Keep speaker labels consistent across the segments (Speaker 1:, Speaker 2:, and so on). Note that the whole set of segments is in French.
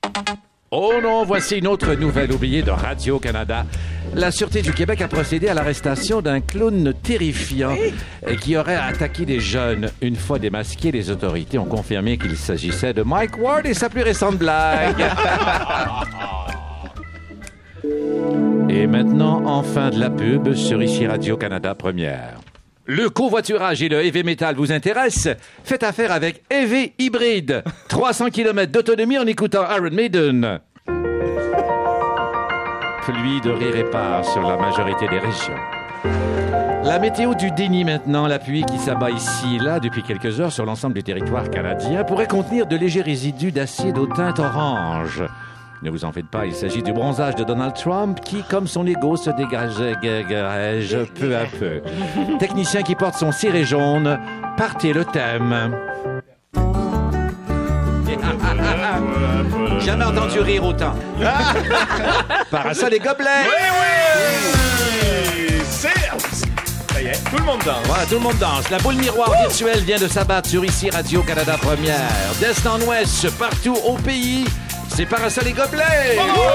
Speaker 1: Oh non, voici une autre nouvelle oubliée de Radio-Canada. La Sûreté du Québec a procédé à l'arrestation d'un clown terrifiant qui aurait attaqué des jeunes. Une fois démasqué, les autorités ont confirmé qu'il s'agissait de Mike Ward et sa plus récente blague. Et maintenant, enfin de la pub sur ici Radio-Canada Première. Le covoiturage et le heavy metal vous intéressent? Faites affaire avec EV Hybride. 300 km d'autonomie en écoutant Iron Maiden. Pluie de rire épars sur la majorité des régions. La météo du déni maintenant, la pluie qui s'abat ici et là depuis quelques heures sur l'ensemble du territoire canadien pourrait contenir de légers résidus d'acide aux teintes orange. Ne vous en faites pas, il s'agit du bronzage de Donald Trump qui, comme son ego, se dégageait peu à peu. Technicien qui porte son ciré jaune, partez le thème. Jamais entendu rire autant. Parasol et gobelets.
Speaker 2: Oui! Ça y est, tout le monde danse.
Speaker 1: Voilà, tout le monde danse. La boule miroir virtuelle vient de s'abattre sur ici Radio-Canada Première. D'est en ouest, partout au pays, c'est Parasol et gobelets.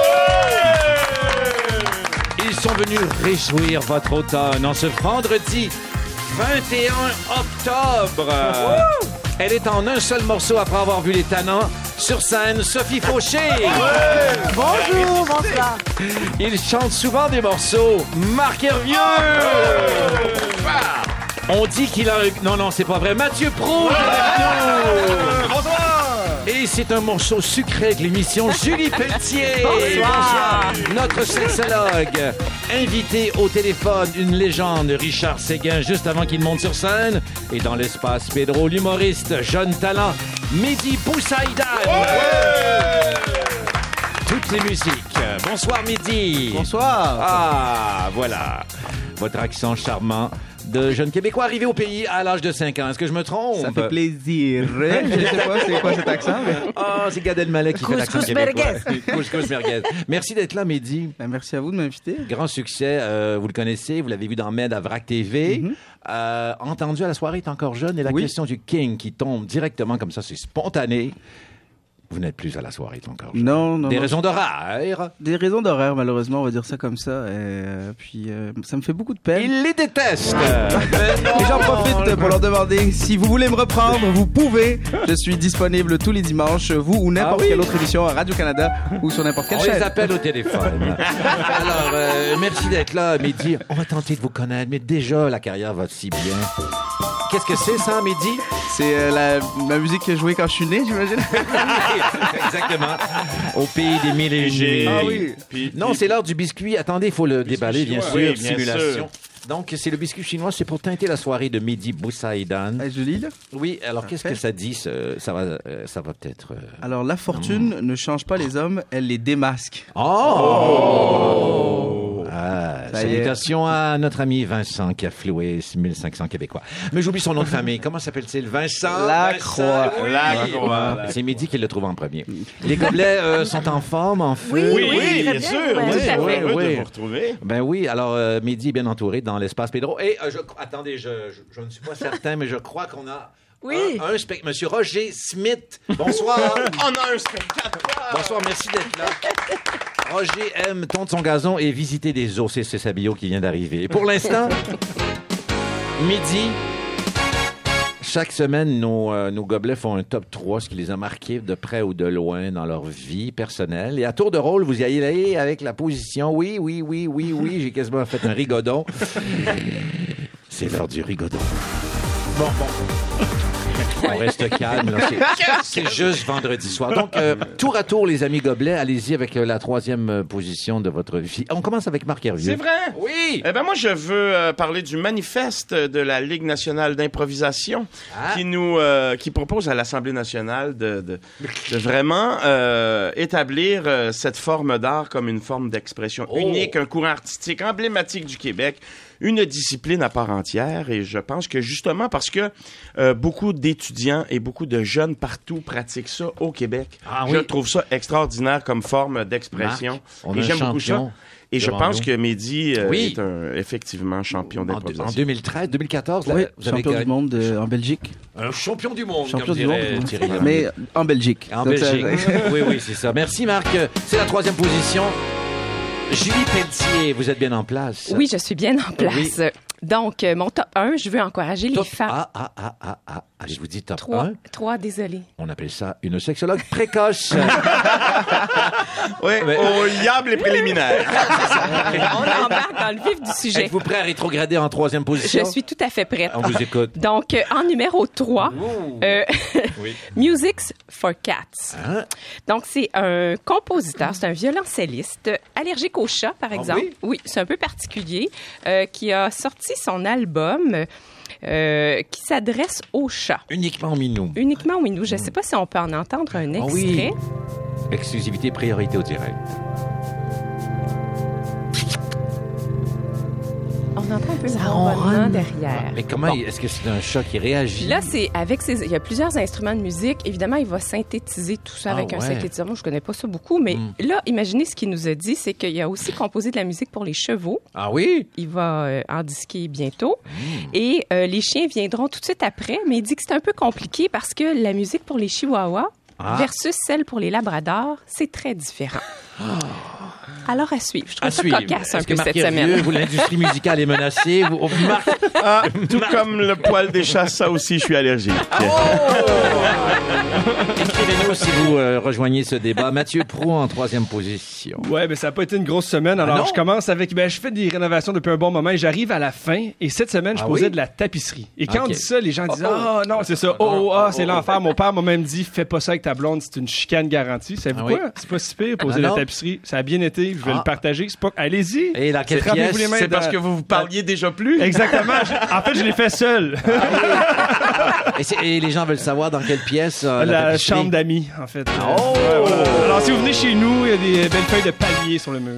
Speaker 1: Ils sont venus réjouir votre automne en ce vendredi 21 octobre. Elle est en un seul morceau après avoir vu les tannants. Sur scène, Sophie Fauché.
Speaker 3: Bonjour, bonsoir.
Speaker 1: Il chante souvent des morceaux. Marc Hervieux. On dit qu'il a... Non, c'est pas vrai. Mathieu Proulx.
Speaker 2: Bonsoir.
Speaker 1: Et c'est un morceau sucré de l'émission Julie Pelletier.
Speaker 3: Bonsoir.
Speaker 1: Notre sexologue. Invité au téléphone, une légende, Richard Séguin, juste avant qu'il monte sur scène. Et dans l'espace, Pedro, l'humoriste, jeune talent, Mehdi Boussaïdan. Toutes les musiques. Bonsoir, Mehdi.
Speaker 4: Bonsoir.
Speaker 1: Ah, voilà. Votre accent charmant de jeune Québécois arrivé au pays à l'âge de 5 ans. Est-ce que je me trompe?
Speaker 4: Ça fait plaisir. Je sais pas c'est quoi cet accent. Mais...
Speaker 1: Ah, c'est Gad Elmaleh qui fait l'accent québécois. Couscous merguez. Merci d'être là, Mehdi.
Speaker 4: Ben, merci à vous de m'inviter.
Speaker 1: Grand succès. Vous le connaissez. Vous l'avez vu dans Med à Vrac TV. Entendu à la soirée, est encore jeune. Et la question du King qui tombe directement comme ça, c'est spontané. Vous n'êtes plus à la soirée, encore jeune.
Speaker 4: Non.
Speaker 1: Des raisons d'horaire.
Speaker 4: Des raisons d'horaire, malheureusement, on va dire ça comme ça. Puis, ça me fait beaucoup de peine.
Speaker 1: Il les déteste.
Speaker 4: Et j'en profite pour leur demander si vous voulez me reprendre, vous pouvez. Je suis disponible tous les dimanches, vous ou n'importe quelle autre émission à Radio-Canada ou sur n'importe quelle chaîne.
Speaker 1: On les appelle au téléphone. Alors, merci d'être là, Mehdi. On va tenter de vous connaître, mais déjà, la carrière va si bien. Qu'est-ce que c'est, ça, Mehdi?
Speaker 4: C'est ma musique jouée quand je suis né, j'imagine.
Speaker 1: Exactement. Au pays des mille et G.
Speaker 4: Ah oui.
Speaker 1: Non, c'est l'heure du biscuit. Attendez, il faut le déballer, bien sûr.
Speaker 2: Oui, bien
Speaker 1: Simulation.
Speaker 2: sûr.
Speaker 1: Donc, c'est le biscuit chinois. C'est pour teinter la soirée de Mehdi Boussaïdan.
Speaker 4: Je lis, là?
Speaker 1: Oui, alors qu'est-ce que ça dit? Ça va peut-être...
Speaker 4: Alors, la fortune ne change pas les hommes, elle les démasque.
Speaker 1: Salutations à notre ami Vincent qui a floué 1500 Québécois. Mais j'oublie son nom de famille. Comment s'appelle-t-il? Vincent
Speaker 4: Lacroix.
Speaker 1: Oui.
Speaker 2: Lacroix.
Speaker 1: C'est Mehdi qui le trouve en premier. Les gobelets sont en forme, en feu.
Speaker 2: Oui, bien sûr.
Speaker 3: Ouais,
Speaker 2: Heureux
Speaker 1: oui.
Speaker 2: de vous retrouver.
Speaker 1: Ben oui, alors Mehdi est bien entouré dans l'espace Pedro. Et attendez, je ne suis pas certain, mais je crois qu'on a un spectateur. Monsieur Roger Smith, bonsoir.
Speaker 2: On a un spectateur.
Speaker 1: Bonsoir, merci d'être là. Roger aime tondre son gazon et visiter des zoos. C'est sa bio qui vient d'arriver. Et pour l'instant, Mehdi, chaque semaine, nos gobelets font un top 3, ce qui les a marqués de près ou de loin dans leur vie personnelle. Et à tour de rôle, vous y allez avec la position. Oui, j'ai quasiment fait un rigodon. C'est l'heure du rigodon. Bon. On reste calme. Là. C'est juste vendredi soir. Donc, tour à tour, les amis gobelets, allez-y avec la troisième position de votre vie. On commence avec Marc Hervieux.
Speaker 2: C'est vrai?
Speaker 1: Oui!
Speaker 2: Eh ben moi, je veux parler du manifeste de la Ligue nationale d'improvisation qui propose à l'Assemblée nationale de vraiment établir cette forme d'art comme une forme d'expression unique, un courant artistique emblématique du Québec, une discipline à part entière. Et je pense que justement parce que beaucoup d'étudiants et beaucoup de jeunes partout pratiquent ça au Québec, je trouve ça extraordinaire comme forme d'expression.
Speaker 1: Marc,
Speaker 2: et j'aime beaucoup ça. Et je pense que Mehdi
Speaker 1: Oui.
Speaker 2: est effectivement champion d'improvisation.
Speaker 1: En 2013, 2014,
Speaker 4: Oui,
Speaker 1: là, vous avez
Speaker 4: champion
Speaker 1: gagné.
Speaker 4: du monde en Belgique.
Speaker 1: Champion du monde,
Speaker 4: Champion
Speaker 1: comme
Speaker 4: du monde,
Speaker 1: dirait Thierry Lhermitte.
Speaker 4: mais en Belgique.
Speaker 1: En
Speaker 4: Donc, ça-
Speaker 1: Belgique. Oui, c'est ça. Merci, Marc. C'est la 3e position. Julie Pelletier, vous êtes bien en place.
Speaker 5: Oui, je suis bien en place. Donc, mon top 1, je veux encourager les
Speaker 1: Top
Speaker 5: femmes.
Speaker 1: Je vous dis top
Speaker 5: 3,
Speaker 1: 1.
Speaker 5: désolé.
Speaker 1: On appelle ça une sexologue précoce.
Speaker 2: Oui, au diable les préliminaires.
Speaker 5: On embarque dans le vif du sujet.
Speaker 1: Êtes-vous prêt à rétrograder en 3e position?
Speaker 5: Je suis tout à fait prête.
Speaker 1: On vous écoute.
Speaker 5: Donc, en numéro 3, Music's for Cats.
Speaker 1: Hein?
Speaker 5: Donc, c'est un compositeur, c'est un violoncelliste allergique aux chats, par exemple.
Speaker 1: oui?
Speaker 5: C'est un peu particulier, qui a sorti son album qui s'adresse aux chats.
Speaker 1: Uniquement en minou.
Speaker 5: Uniquement aux minous. Je ne sais pas si on peut en entendre un extrait.
Speaker 1: oui. Exclusivité, priorité au direct.
Speaker 5: On entend un peu le
Speaker 3: ronronne.
Speaker 5: ronronnement derrière.
Speaker 1: Mais comment, est-ce que c'est un chat qui réagit?
Speaker 5: Là, c'est avec il y a plusieurs instruments de musique. Évidemment, il va synthétiser tout ça avec un synthétiseur. Moi, je connais pas ça beaucoup, mais là, imaginez ce qu'il nous a dit, c'est qu'il a aussi composé de la musique pour les chevaux.
Speaker 1: Ah oui?
Speaker 5: Il va en disquer bientôt. Et les chiens viendront tout de suite après, mais il dit que c'est un peu compliqué parce que la musique pour les chihuahuas versus celle pour les labradors, c'est très différent. Alors, à suivre. Je trouve ça cocasse un
Speaker 1: Est-ce
Speaker 5: peu
Speaker 1: que Marc
Speaker 5: cette
Speaker 1: Hervieux,
Speaker 5: semaine.
Speaker 1: vous, l'industrie musicale est menacée? Marc,
Speaker 2: Tout comme le poil des chats, ça aussi, je suis allergique.
Speaker 1: écrivez-nous si vous rejoignez ce débat. Mathieu Proulx en 3e position.
Speaker 6: Ouais, mais ça n'a pas été une grosse semaine. Alors,
Speaker 1: non?
Speaker 6: je commence avec... je fais des rénovations depuis un bon moment et j'arrive à la fin. Et cette semaine, je posais de la tapisserie. Et quand on dit ça, les gens disent « Ah, non, c'est ça. C'est l'enfer. » Mon père m'a même dit « Fais pas ça avec ta blonde, c'est une chicane garantie. » Savez-vous quoi? C'est pas si pire, poser de la tapisserie. Ça a bien été. Je vais le partager. C'est pas... Allez-y.
Speaker 1: Et dans quelle
Speaker 6: Trempez-vous
Speaker 1: pièce?
Speaker 6: les mains
Speaker 2: C'est
Speaker 6: dans-
Speaker 2: parce que vous parliez déjà plus?
Speaker 6: Exactement. En fait, je l'ai fait seul.
Speaker 1: Et les gens veulent savoir dans quelle pièce?
Speaker 6: La
Speaker 1: tapisserie?
Speaker 6: chambre d'amis, en fait. Voilà. Alors, si vous venez chez nous, il y a des belles feuilles de palmier sur le mur.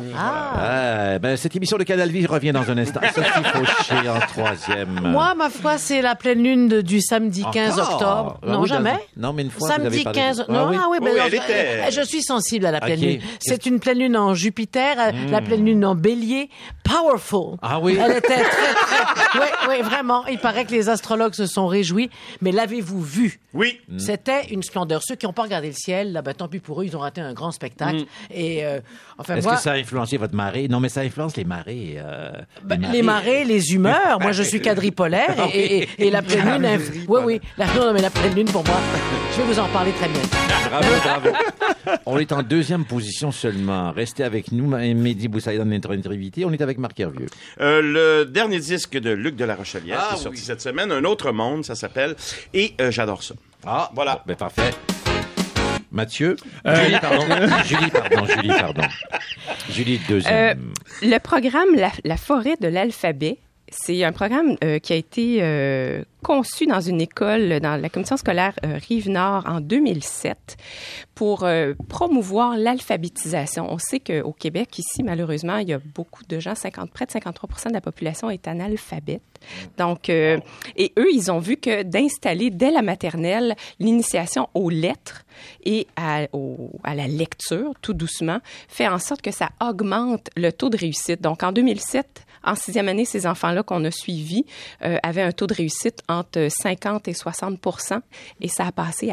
Speaker 1: Cette émission de Canal Vie revient dans un instant. Sophie Fauché en 3e.
Speaker 3: Moi, ma foi, c'est la pleine lune du samedi 15
Speaker 1: Encore?
Speaker 3: octobre.
Speaker 1: Ah
Speaker 3: Non,
Speaker 1: oui,
Speaker 3: jamais.
Speaker 1: Non, mais une fois, vous avez
Speaker 3: Samedi
Speaker 1: parlé
Speaker 3: 15.
Speaker 1: de...
Speaker 3: Non,
Speaker 2: Oui, elle était.
Speaker 3: je suis sensible à la pleine
Speaker 1: Ok.
Speaker 3: lune. C'est une pleine lune en Jupiter, la pleine lune en Bélier. Powerful.
Speaker 1: Ah oui?
Speaker 3: Elle était très... Oui, vraiment. Il paraît que les astrologues se sont réjouis. Mais l'avez-vous vu?
Speaker 2: Oui.
Speaker 3: C'était une splendeur. Ceux qui n'ont pas regardé le ciel, là, tant pis pour eux, ils ont raté un grand spectacle. Et
Speaker 1: Est-ce
Speaker 3: moi,
Speaker 1: que ça a influencé votre marée? Non, mais ça influence les marées.
Speaker 3: les marées, les humeurs. Moi, je suis quadripolaire et la pleine lune. Oui. Non, mais la pleine lune pour moi. Je vais vous en parler très bien.
Speaker 1: Bravo. On est en 2e position seulement. Restez avec nous. Mehdi Boussaïdan, notre invité. On est avec Marc Hervieux.
Speaker 2: Le dernier disque de Luc de la Rochelière qui est sorti cette semaine, Un autre monde, ça s'appelle. Et j'adore ça. Voilà.
Speaker 1: Ben parfait. Mathieu? Julie, pardon. Julie, 2e.
Speaker 5: Le programme La forêt de l'alphabet, c'est un programme qui a été conçu dans une école, dans la commission scolaire Rive-Nord en 2007 pour promouvoir l'alphabétisation. On sait qu'au Québec, ici, malheureusement, il y a beaucoup de gens, près de 53% de la population est analphabète. Donc, et eux, ils ont vu que d'installer dès la maternelle l'initiation aux lettres et à la lecture, tout doucement, fait en sorte que ça augmente le taux de réussite. Donc, en 2007, en 6e année, ces enfants-là qu'on a suivis avaient un taux de réussite entre 50 et 60%, et ça a passé à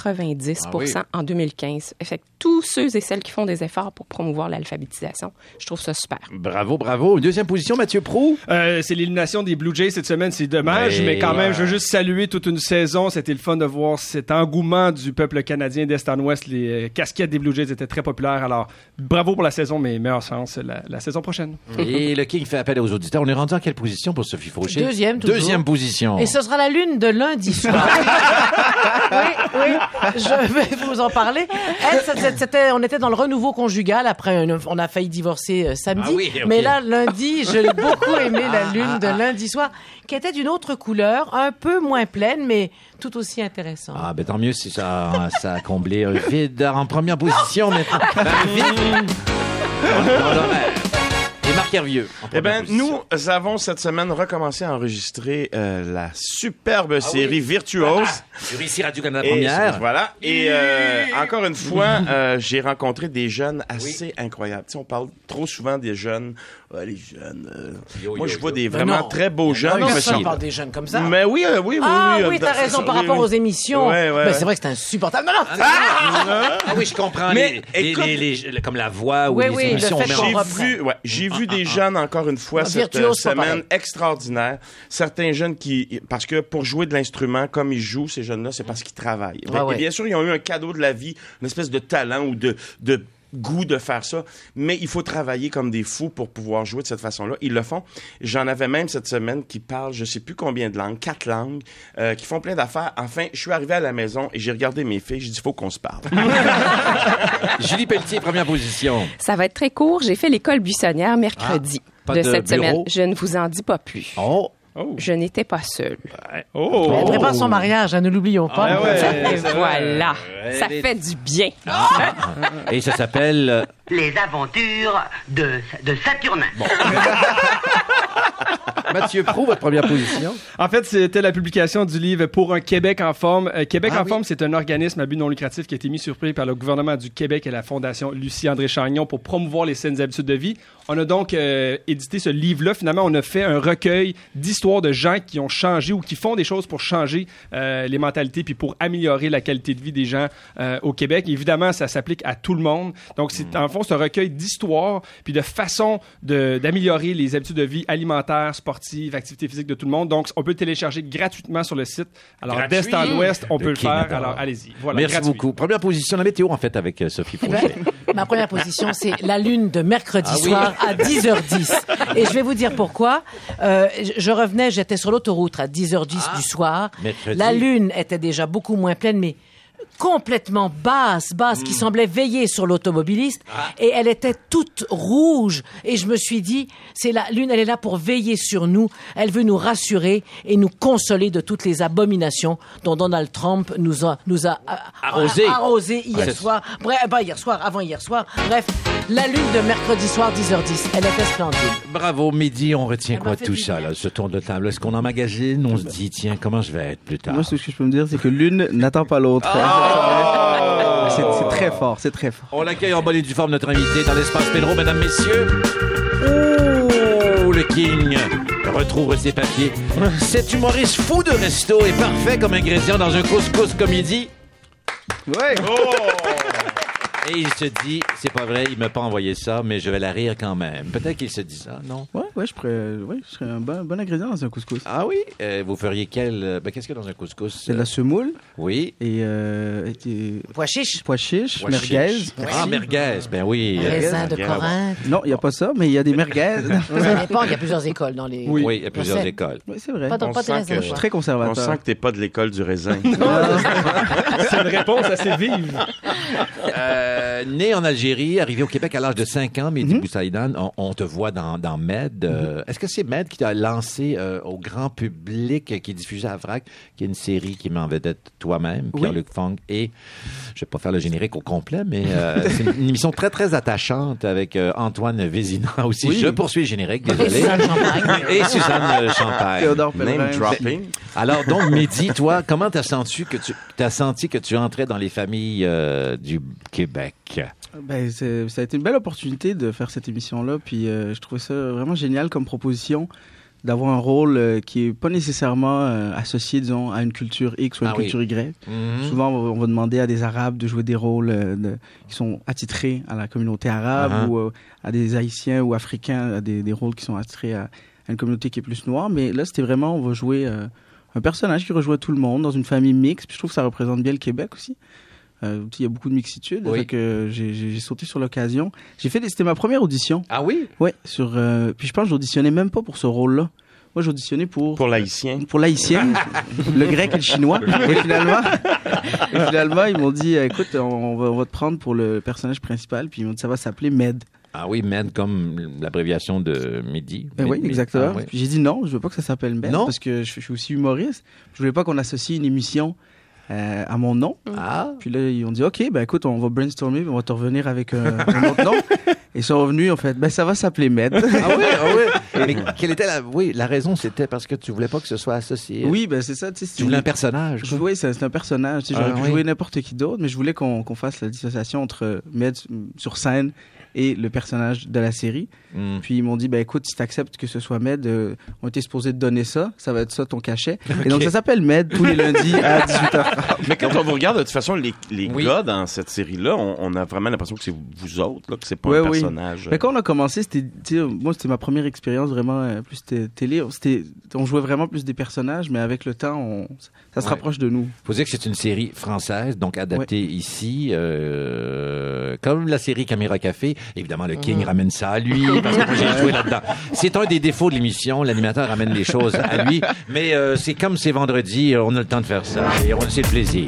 Speaker 5: 90% en 2015. Fait que tous ceux et celles qui font des efforts pour promouvoir l'alphabétisation, je trouve ça super.
Speaker 1: Bravo. 2e position, Mathieu Proulx.
Speaker 6: C'est l'élimination des Blue Jays cette semaine, c'est dommage, mais quand même, je veux juste saluer toute une saison. C'était le fun de voir cet engouement du peuple canadien d'Est en Ouest. Les casquettes des Blue Jays étaient très populaires. Alors, bravo pour la saison, mais meilleure chance la saison prochaine.
Speaker 1: Et le King fait appel aux auditeurs. On est rendu en quelle position pour Sophie Fauché?
Speaker 3: 2e, toujours.
Speaker 1: 2e position.
Speaker 3: Et ce sera la lune de lundi soir. oui, je vais vous en parler. Elle, on était dans le renouveau conjugal. Après, on a failli divorcer samedi.
Speaker 1: Ah oui, ok.
Speaker 3: Mais là, lundi, je l'ai beaucoup aimé, la lune de lundi soir, qui était d'une autre couleur, un peu moins pleine, mais tout aussi intéressante.
Speaker 1: Ah, ben tant mieux si ça a comblé un vide en première position maintenant. Un vide dans l'horaire. Et Marc Kervieux.
Speaker 2: Eh bien, nous avons cette semaine recommencé à enregistrer la superbe série Virtuose.
Speaker 1: Sur ici Radio-Canada Première.
Speaker 2: Voilà. Et encore une fois, j'ai rencontré des jeunes assez incroyables. Tu sais, on parle trop souvent des jeunes. Les jeunes. Moi, je vois des vraiment très beaux jeunes.
Speaker 3: Non, on parle des jeunes comme ça.
Speaker 2: Mais oui.
Speaker 3: Oui, t'as raison par rapport aux émissions. Mais c'est vrai que c'est insupportable. Non.
Speaker 1: Oui, je comprends.
Speaker 2: Mais
Speaker 1: comme la voix ou les émissions.
Speaker 2: J'ai vu des jeunes, encore une fois, cette semaine extraordinaire. Certains jeunes parce que pour jouer de l'instrument comme ils jouent, ces jeunes-là, c'est parce qu'ils travaillent. Et bien sûr, ils ont eu un cadeau de la vie, une espèce de talent ou de goût de faire ça, mais il faut travailler comme des fous pour pouvoir jouer de cette façon-là. Ils le font. J'en avais même cette semaine qui parlent je sais plus combien de langues, 4 langues, qui font plein d'affaires. Enfin, je suis arrivé à la maison et j'ai regardé mes filles, j'ai dit, il faut qu'on se parle.
Speaker 1: Julie Pelletier, première position.
Speaker 5: Ça va être très court. J'ai fait l'école buissonnière mercredi de cette semaine. Je ne vous en dis pas plus. Je n'étais pas seule.
Speaker 3: Elle prépare son mariage, ne l'oublions pas.
Speaker 5: Et voilà. Ça fait du bien.
Speaker 1: Et ça s'appelle...
Speaker 7: Les aventures de Saturnin. Bon.
Speaker 1: Mathieu Proulx, votre première position.
Speaker 6: En fait, c'était la publication du livre Pour un Québec en forme. Québec en forme, c'est un organisme à but non lucratif qui a été mis sur pied par le gouvernement du Québec et la Fondation Lucie-André Chagnon pour promouvoir les saines habitudes de vie. On a donc édité ce livre-là. Finalement, on a fait un recueil d'histoires de gens qui ont changé ou qui font des choses pour changer les mentalités puis pour améliorer la qualité de vie des gens au Québec. Évidemment, ça s'applique à tout le monde. Donc, c'est en fond, c'est un recueil d'histoires puis de façons d'améliorer les habitudes de vie alimentaires, sportives, activités physiques de tout le monde. Donc, on peut le télécharger gratuitement sur le site. Alors, d'est en ouest, on peut le faire. Alors, allez-y. Voilà,
Speaker 1: merci beaucoup. Première position, la météo, en fait, avec Sophie Fauché.
Speaker 3: Ma première position, c'est la lune de mercredi soir à 10h10. Et je vais vous dire pourquoi. Je revenais, j'étais sur l'autoroute à 10h10 du soir. Mercredi. La lune était déjà beaucoup moins pleine, mais complètement basse, qui semblait veiller sur l'automobiliste. Et elle était toute rouge. Et je me suis dit, c'est la lune, elle est là pour veiller sur nous. Elle veut nous rassurer et nous consoler de toutes les abominations dont Donald Trump nous a arrosé hier soir. Bref, avant hier soir. Bref, la lune de mercredi soir, 10h10. Elle était splendide.
Speaker 1: Bravo, Midi. On retient quoi de tout ça, là, ce tour de table? Est-ce qu'on emmagasine? On se dit, tiens, comment je vais être plus tard?
Speaker 4: Moi, ce que je peux me dire, c'est que l'une n'attend pas l'autre. C'est très fort, c'est très fort.
Speaker 1: On l'accueille en bonne et due forme, notre invité dans l'espace Pedro, mesdames, messieurs. Le King retrouve ses papiers. Cet humoriste fou de resto est parfait comme ingrédient dans un couscous comédie.
Speaker 4: Ouais.
Speaker 1: Et il se dit, c'est pas vrai, il m'a pas envoyé ça, mais je vais la rire quand même. Peut-être qu'il se dit ça, non?
Speaker 4: Ouais, je serais un bon ingrédient dans un couscous.
Speaker 1: Ah oui? Vous feriez quel... qu'est-ce qu'il y a dans un couscous?
Speaker 4: C'est de la semoule.
Speaker 1: Oui.
Speaker 4: Et
Speaker 3: pois chiches,
Speaker 4: merguez.
Speaker 1: Merguez, ben oui.
Speaker 3: Raisin de Corinthe.
Speaker 4: Non, il n'y a pas ça, mais il y a des merguez.
Speaker 3: Ça dépend, il y a plusieurs écoles dans les...
Speaker 1: Oui, il y a plusieurs écoles.
Speaker 4: Oui, c'est vrai.
Speaker 3: Pas de raisin.
Speaker 4: Je suis très conservateur.
Speaker 2: On sent que t'es pas de l'école du raisin.
Speaker 6: C'est une réponse assez vive.
Speaker 1: Né en Algérie, arrivé au Québec à l'âge de 5 ans, Mehdi Boussaïdan, on te voit dans Med. Est-ce que c'est Med qui t'a lancé au grand public, qui est diffusé à VRAC, qui est une série qui met en vedette toi-même, Pierre-Luc Funk, et je vais pas faire le générique au complet, mais c'est une émission très, très attachante avec Antoine Vézina aussi. Oui. Je poursuis le générique, désolé. Et Suzanne Champagne.
Speaker 4: Théodore
Speaker 2: Name dropping.
Speaker 1: Alors, donc, Mehdi, toi, comment t'as senti que tu entrais dans les familles du Québec?
Speaker 4: Ben, ça a été une belle opportunité de faire cette émission-là, puis je trouvais ça vraiment génial comme proposition d'avoir un rôle qui est pas nécessairement associé, disons, à une culture X ou à une culture Y. Souvent, on va demander à des Arabes de jouer des rôles qui sont attitrés à la communauté arabe ou à des Haïtiens ou Africains, à des rôles qui sont attitrés à une communauté qui est plus noire. Mais là, c'était vraiment, on va jouer un personnage qui rejoint tout le monde dans une famille mixte. Puis je trouve que ça représente bien le Québec aussi. Il y a beaucoup de mixitude, donc j'ai sauté sur l'occasion. C'était ma première audition.
Speaker 1: Ah oui?
Speaker 4: Ouais, puis je pense que j'auditionnais même pas pour ce rôle-là. Moi, j'auditionnais pour l'haïtien. Pour l'haïtien, le grec et le chinois. Et finalement, ils m'ont dit, écoute, on va te prendre pour le personnage principal, puis ils m'ont dit, ça va s'appeler Med.
Speaker 1: Ah oui, Med comme l'abréviation de Midi.
Speaker 4: Oui, exactement. Puis j'ai dit non, je veux pas que ça s'appelle Med, parce que je suis aussi humoriste. Je voulais pas qu'on associe une émission à mon nom. Puis là, ils ont dit, OK, ben écoute, on va brainstormer, on va te revenir avec un autre nom. Et ils sont revenus, en fait, ben ça va s'appeler Med.
Speaker 1: Mais quelle était la raison? C'était parce que tu voulais pas que ce soit associé.
Speaker 4: Oui, ben c'est ça. Tu
Speaker 1: voulais un personnage.
Speaker 4: Oui, c'est un personnage. J'aurais pu jouer n'importe qui d'autre, mais je voulais qu'on fasse la dissociation entre Med sur scène et le personnage de la série. Puis ils m'ont dit, ben écoute, si t'acceptes que ce soit Med, on était supposé te donner ça va être ça ton cachet. Et donc ça s'appelle Med tous les lundis à 18h30.
Speaker 2: Mais quand on vous regarde, de toute façon, les gars dans cette série-là, on a vraiment l'impression que c'est vous autres, là, que c'est pas un personnage.
Speaker 4: Mais quand on a commencé, c'était ma première expérience vraiment plus télé. On jouait vraiment plus des personnages, mais avec le temps, ça se rapproche de nous.
Speaker 1: Faut dire que c'est une série française, donc adaptée ici, comme la série Caméra Café. Évidemment, le King ramène ça à lui, parce que moi, j'ai joué là-dedans. C'est un des défauts de l'émission. L'animateur ramène les choses à lui. Mais c'est comme c'est vendredi, on a le temps de faire ça. Et c'est le plaisir.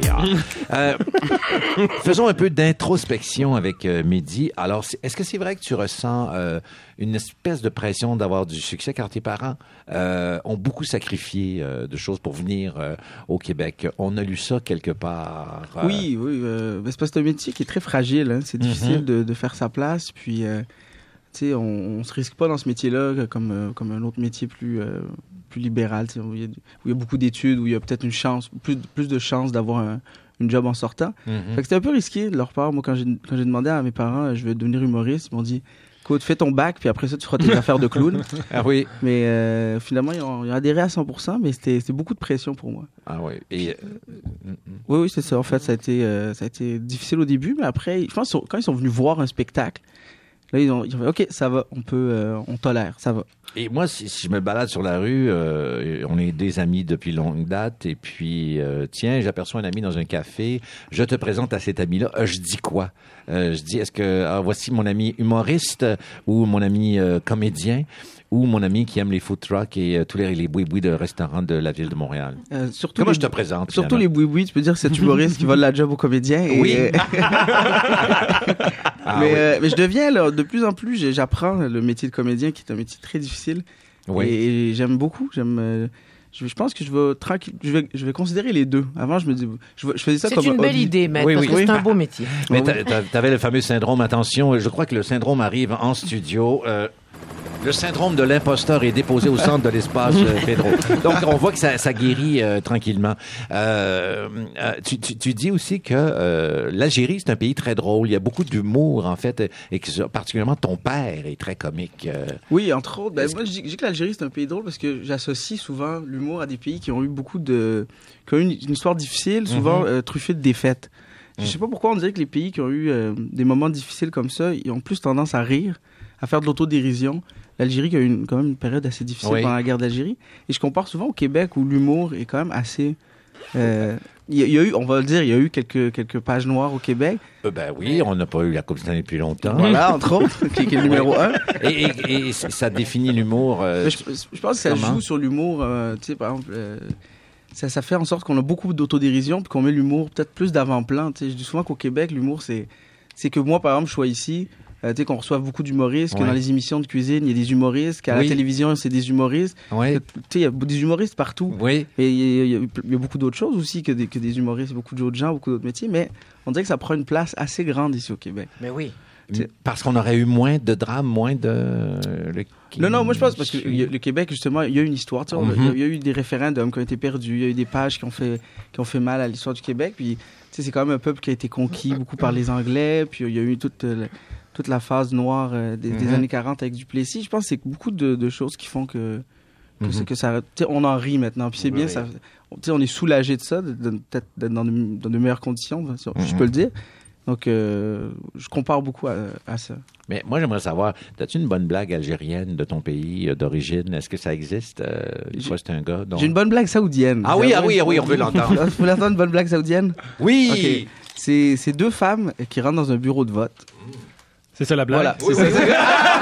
Speaker 1: Faisons un peu d'introspection avec Mehdi. Alors, est-ce que c'est vrai que tu ressens une espèce de pression d'avoir du succès, car tes parents ont beaucoup sacrifié de choses pour venir au Québec? On a lu ça quelque part.
Speaker 4: Oui. C'est parce que c'est un métier qui est très fragile. Hein. C'est difficile de faire sa place. Puis, tu sais, on se risque pas dans ce métier-là comme un autre métier plus libéral, où il y a beaucoup d'études, où il y a peut-être une chance, plus de chances d'avoir une job en sortant. Fait que c'était un peu risqué de leur part. Moi, quand j'ai demandé à mes parents, je veux devenir humoriste, ils m'ont dit, écoute, fais ton bac, puis après ça, tu feras tes affaires de clown.
Speaker 1: Ah oui.
Speaker 4: Mais finalement, ils ont adhéré à 100%, mais c'était beaucoup de pression pour moi.
Speaker 1: Ah oui. Et
Speaker 4: oui, c'est ça. En fait, ça a été difficile au début, mais après, je pense que quand ils sont venus voir un spectacle, là, ils ont fait, OK, ça va, on tolère, ça va.
Speaker 1: Et moi, si je me balade sur la rue, on est des amis depuis longue date, et puis, tiens, j'aperçois un ami dans un café, je te présente à cet ami-là, je dis quoi? Je dis, est-ce que, voici mon ami humoriste, ou mon ami comédien, ou mon ami qui aime les food trucks et tous les boui-boui de restaurants de la ville de Montréal. Comment je te présente?
Speaker 4: Surtout les boui-boui, tu peux dire que c'est humoriste qui vole la job au comédien. Et,
Speaker 1: oui.
Speaker 4: Mais je deviens, là, de plus en plus, j'apprends le métier de comédien, qui est un métier très difficile. Oui. Et j'aime beaucoup. Je pense que je vais considérer les deux. Avant, je faisais ça comme
Speaker 3: c'est une belle idée, Maître, parce que c'est un beau métier.
Speaker 1: Mais t'avais le fameux syndrome, attention, je crois que le syndrome arrive en studio. Le syndrome de l'imposteur est déposé au centre de l'espace Pedro. Donc, on voit que ça guérit tranquillement. Tu dis aussi que l'Algérie, c'est un pays très drôle. Il y a beaucoup d'humour, en fait, et que particulièrement ton père est très comique.
Speaker 4: Oui, entre autres. Moi, je dis que l'Algérie, c'est un pays drôle parce que j'associe souvent l'humour à des pays qui ont eu qui ont eu une histoire difficile, souvent truffée de défaites. Je sais pas pourquoi on dirait que les pays qui ont eu des moments difficiles comme ça, ils ont plus tendance à rire, à faire de l'autodérision. L'Algérie qui a eu quand même une période assez difficile pendant la guerre d'Algérie. Et je compare souvent au Québec où l'humour est quand même assez... il y a eu, on va le dire, il y a eu quelques pages noires au Québec.
Speaker 1: Ben oui, on n'a pas eu la Coupe Stanley depuis longtemps.
Speaker 4: Voilà, entre autres, qui est le numéro 1.
Speaker 1: Et ça définit l'humour.
Speaker 4: Je pense que ça joue sur l'humour. Tu sais, par exemple... Ça fait en sorte qu'on a beaucoup d'autodérision puis qu'on met l'humour peut-être plus d'avant-plan. Tu sais, je dis souvent qu'au Québec, l'humour, c'est que moi, par exemple, je sois ici... tu sais, qu'on reçoive beaucoup d'humoristes, que dans les émissions de cuisine, il y a des humoristes, qu'à la télévision, c'est des humoristes. Tu sais, il y a des humoristes partout.
Speaker 1: Oui.
Speaker 4: Et il y a beaucoup d'autres choses aussi que des humoristes, beaucoup d'autres gens, beaucoup d'autres métiers, mais on dirait que ça prend une place assez grande ici au Québec.
Speaker 3: Mais oui.
Speaker 1: Parce qu'on aurait eu moins de drames, moins de...
Speaker 4: Non, moi je pense parce que le Québec, justement, il y a une histoire. Il y a eu des référendums qui ont été perdus, il y a eu des pages qui ont fait mal à l'histoire du Québec. Puis, tu sais, c'est quand même un peuple qui a été conquis beaucoup par les Anglais. Puis, il y a eu toute la phase noire des années 40 avec Duplessis. Je pense que c'est beaucoup de choses qui font que ça... Tu sais, on en rit maintenant. Puis c'est bien, ça... Tu sais, on est soulagé de ça, peut-être d'être dans de meilleures conditions, je peux le dire. Donc, je compare beaucoup à ça.
Speaker 1: Mais moi, j'aimerais savoir, as-tu une bonne blague algérienne de ton pays d'origine? Est-ce que ça existe? Une fois, c'était un gars dont...
Speaker 4: J'ai une bonne blague saoudienne.
Speaker 1: Ah oui, on veut l'entendre.
Speaker 4: Vous voulez entendre une bonne blague saoudienne?
Speaker 1: Oui!
Speaker 4: Okay. C'est deux femmes qui rentrent dans un bureau de vote.
Speaker 6: C'est ça la blague?
Speaker 4: Voilà,
Speaker 6: c'est ça.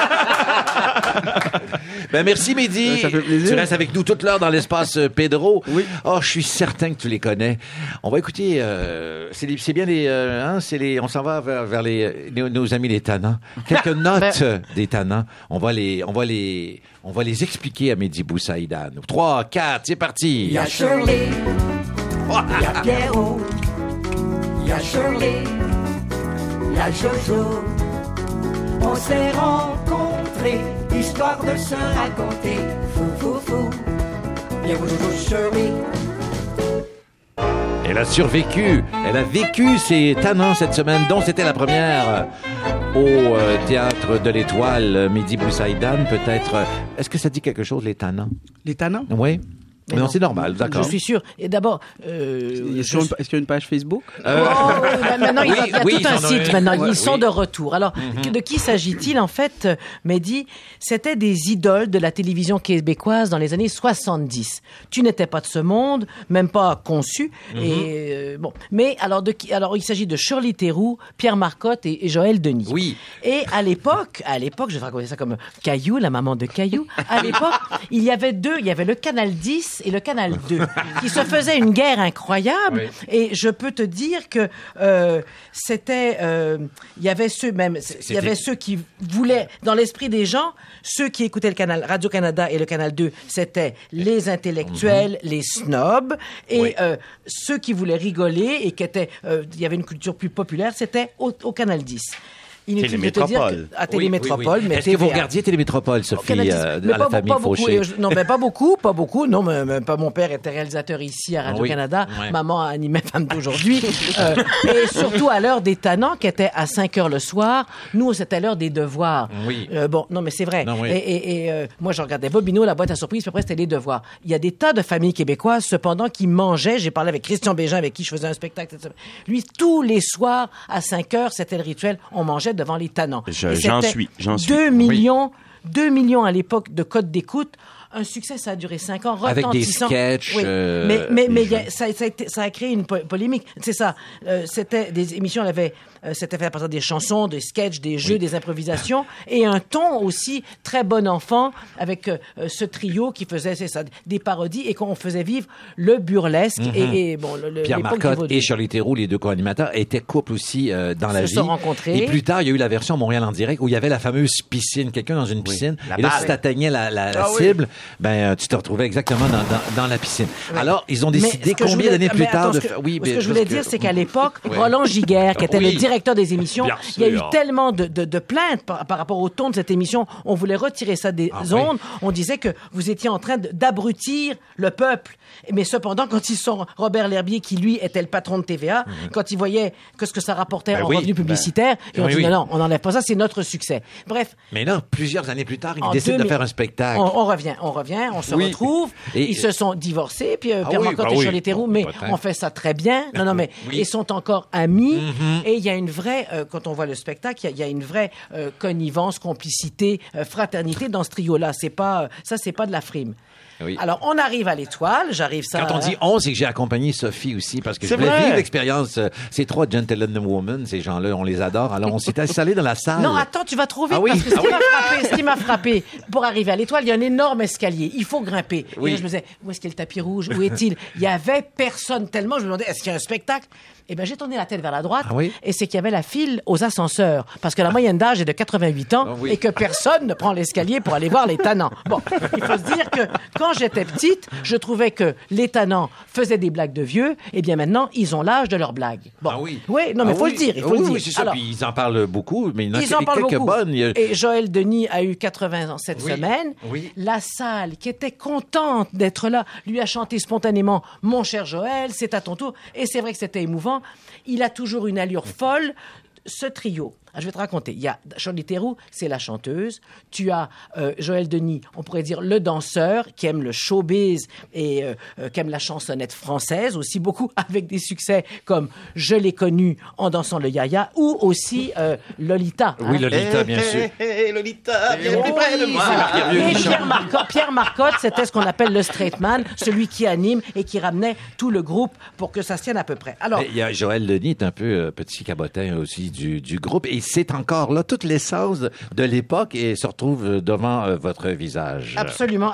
Speaker 1: Ben merci Mehdi.
Speaker 4: Ça fait plaisir.
Speaker 1: Tu restes avec nous toute l'heure dans l'espace Pedro.
Speaker 4: Oui.
Speaker 1: Oh, je suis certain que tu les connais. On va écouter. C'est bien les. On s'en va vers nos amis les tannants. Quelques notes des tannants. On va les expliquer à Mehdi Boussaïdan. 3, 4, c'est parti.
Speaker 8: Il y a Shirley, Il y a Pierrot, il y a Shirley, il y a Jojo. On s'est rencontrés, histoire de se raconter. Fou, fou, fou. Pierrot, Jojo, Shirley.
Speaker 1: Elle a survécu. Elle a vécu ses tannants cette semaine, dont c'était la première au Théâtre de l'Étoile, Mehdi Boussaïdan, peut-être. Est-ce que ça dit quelque chose, les tannants?
Speaker 4: Les tannants?
Speaker 1: Oui. Non, c'est normal, d'accord.
Speaker 3: Je suis sûr. Et d'abord...
Speaker 4: Est-ce qu'il y a une page Facebook?
Speaker 3: Maintenant, il y a tout un site. Maintenant, ils sont de retour. Alors,
Speaker 1: Mm-hmm.
Speaker 3: de qui s'agit-il, en fait, Mehdi? C'était des idoles de la télévision québécoise dans les années 70. Tu n'étais pas de ce monde, même pas conçu.
Speaker 1: Mm-hmm.
Speaker 3: Et bon. Mais alors, il s'agit de Shirley Theroux, Pierre Marcotte et Joël Denis.
Speaker 1: Oui. Et
Speaker 3: à l'époque, je vais raconter ça comme Caillou, la maman de Caillou. À l'époque, il y avait le Canal 10 et le Canal 2 qui se faisaient une guerre incroyable. Oui. Et je peux te dire que c'était, il y avait ceux qui voulaient, dans l'esprit des gens, ceux qui écoutaient le canal Radio-Canada et le Canal 2, c'était les intellectuels, les snobs, et ceux qui voulaient rigoler et qui étaient, il y avait une culture plus populaire, c'était au Canal 10.
Speaker 2: Télémétropole.
Speaker 3: À Télémétropole, mais
Speaker 1: est-ce que vous regardiez Télémétropole, Sophie, à la famille Fauché?
Speaker 3: Non, mais pas beaucoup. Non, mais pas mon père était réalisateur ici à Radio-Canada. Oui. Maman animait Femme d'aujourd'hui. Et surtout à l'heure des tannants, qui était à 5 heures le soir. Nous, c'était l'heure des devoirs.
Speaker 1: Oui.
Speaker 3: Bon, non, mais c'est vrai.
Speaker 1: Non, oui.
Speaker 3: Et moi, je regardais Bobino, la boîte à surprise, puis après, c'était les devoirs. Il y a des tas de familles québécoises, cependant, qui mangeaient. J'ai parlé avec Christian Bégin, avec qui je faisais un spectacle. Lui, tous les soirs, à 5 heures, c'était le rituel. On mangeait devant les tannants.
Speaker 2: J'en suis.
Speaker 3: 2 millions à l'époque de codes d'écoute. Un succès, ça a duré 5 ans, retentissant.
Speaker 1: Avec des sketchs.
Speaker 3: Oui. Ça a créé une polémique. C'est ça. C'était des émissions, c'était fait à partir des chansons, des sketchs, des jeux, des improvisations, et un ton aussi très bon enfant avec ce trio qui faisait, c'est ça, des parodies et qu'on faisait vivre le burlesque. Et bon,
Speaker 1: Pierre Marcotte et Shirley Theroux, les deux co-animateurs, étaient couples aussi dans la vie.
Speaker 3: Se sont rencontrés.
Speaker 1: Et plus tard, il y a eu la version Montréal en direct où il y avait la fameuse piscine, quelqu'un dans une piscine. Et là, si t'atteignais la cible, tu te retrouvais exactement dans la piscine. Oui. Alors, ils ont décidé combien d'années plus tard de faire...
Speaker 3: Ce que je voulais dire, c'est qu'à l'époque, Roland Giguère, qui était le directeur des émissions, il y a eu tellement de plaintes par rapport au ton de cette émission. On voulait retirer ça des ondes. On disait que vous étiez en train d'abrutir le peuple. Mais cependant, quand ils sont Robert L'Herbier, qui lui était le patron de TVA, quand il voyait ce que ça rapportait en revenus publicitaires, ils ont dit non, on n'enlève pas ça, c'est notre succès. Bref.
Speaker 1: Mais non, plusieurs années plus tard, ils décident de faire un spectacle.
Speaker 3: On revient, on se retrouve. Ils se sont divorcés, puis Pierre Marcotte et Shirley Theroux, mais on fait ça très bien. Non, mais ils sont encore amis. Et il y a une vraie, quand on voit le spectacle, il y a une vraie connivence, complicité, fraternité dans ce trio-là. C'est pas de la frime. Oui. Alors, on arrive à l'Étoile, j'arrive ça...
Speaker 1: Quand on dit on, c'est que j'ai accompagné Sophie aussi, parce que je voulais vivre l'expérience. Ces 3 gentlewomen, ces gens-là, on les adore. Alors, on s'est installés dans la salle.
Speaker 3: Non, attends, tu vas trop vite, parce que ce qui m'a frappé, pour arriver à l'Étoile, il y a un énorme escalier. Il faut grimper. Et là, je me disais, où est-ce qu'il y a le tapis rouge? Où est-il? Il y avait personne tellement. Je me demandais, est-ce qu'il y a un spectacle? Eh bien, j'ai tourné la tête vers la droite, et c'est qu'il y avait la file aux ascenseurs, parce que la moyenne d'âge est de 88 ans, et que personne ne prend l'escalier pour aller voir les tannants. Bon, il faut se dire que quand j'étais petite, je trouvais que les tannants faisaient des blagues de vieux, et bien maintenant, ils ont l'âge de leurs blagues. Bon.
Speaker 1: Ah oui.
Speaker 3: Oui, non, mais il faut le dire,
Speaker 1: Oui, c'est ça, puis ils en parlent beaucoup, mais il y en a quelques
Speaker 3: beaucoup.
Speaker 1: Bonnes.
Speaker 3: Et Joël Denis a eu 80 ans cette semaine. Oui. La salle, qui était contente d'être là, lui a chanté spontanément « Mon cher Joël, c'est à ton tour ». Et c'est vrai que c'était émouvant. Il a toujours une allure folle. Ce trio, je vais te raconter. Il y a Shirley Theroux, c'est la chanteuse. Tu as Joël Denis, on pourrait dire le danseur, qui aime le showbiz et qui aime la chansonnette française aussi beaucoup, avec des succès comme Je l'ai connu en dansant le yaya, ou aussi Lolita.
Speaker 1: Oui, Lolita, bien sûr.
Speaker 2: Lolita, viens plus près de moi.
Speaker 3: Et Pierre Marcotte, c'était ce qu'on appelle le straight man, celui qui anime et qui ramenait tout le groupe pour que ça se tienne à peu près. Alors,
Speaker 1: il y a Joël Denis, est un peu petit cabotin aussi du groupe. Et et c'est encore là, toute l'essence de l'époque et se retrouve devant votre visage.
Speaker 3: Absolument.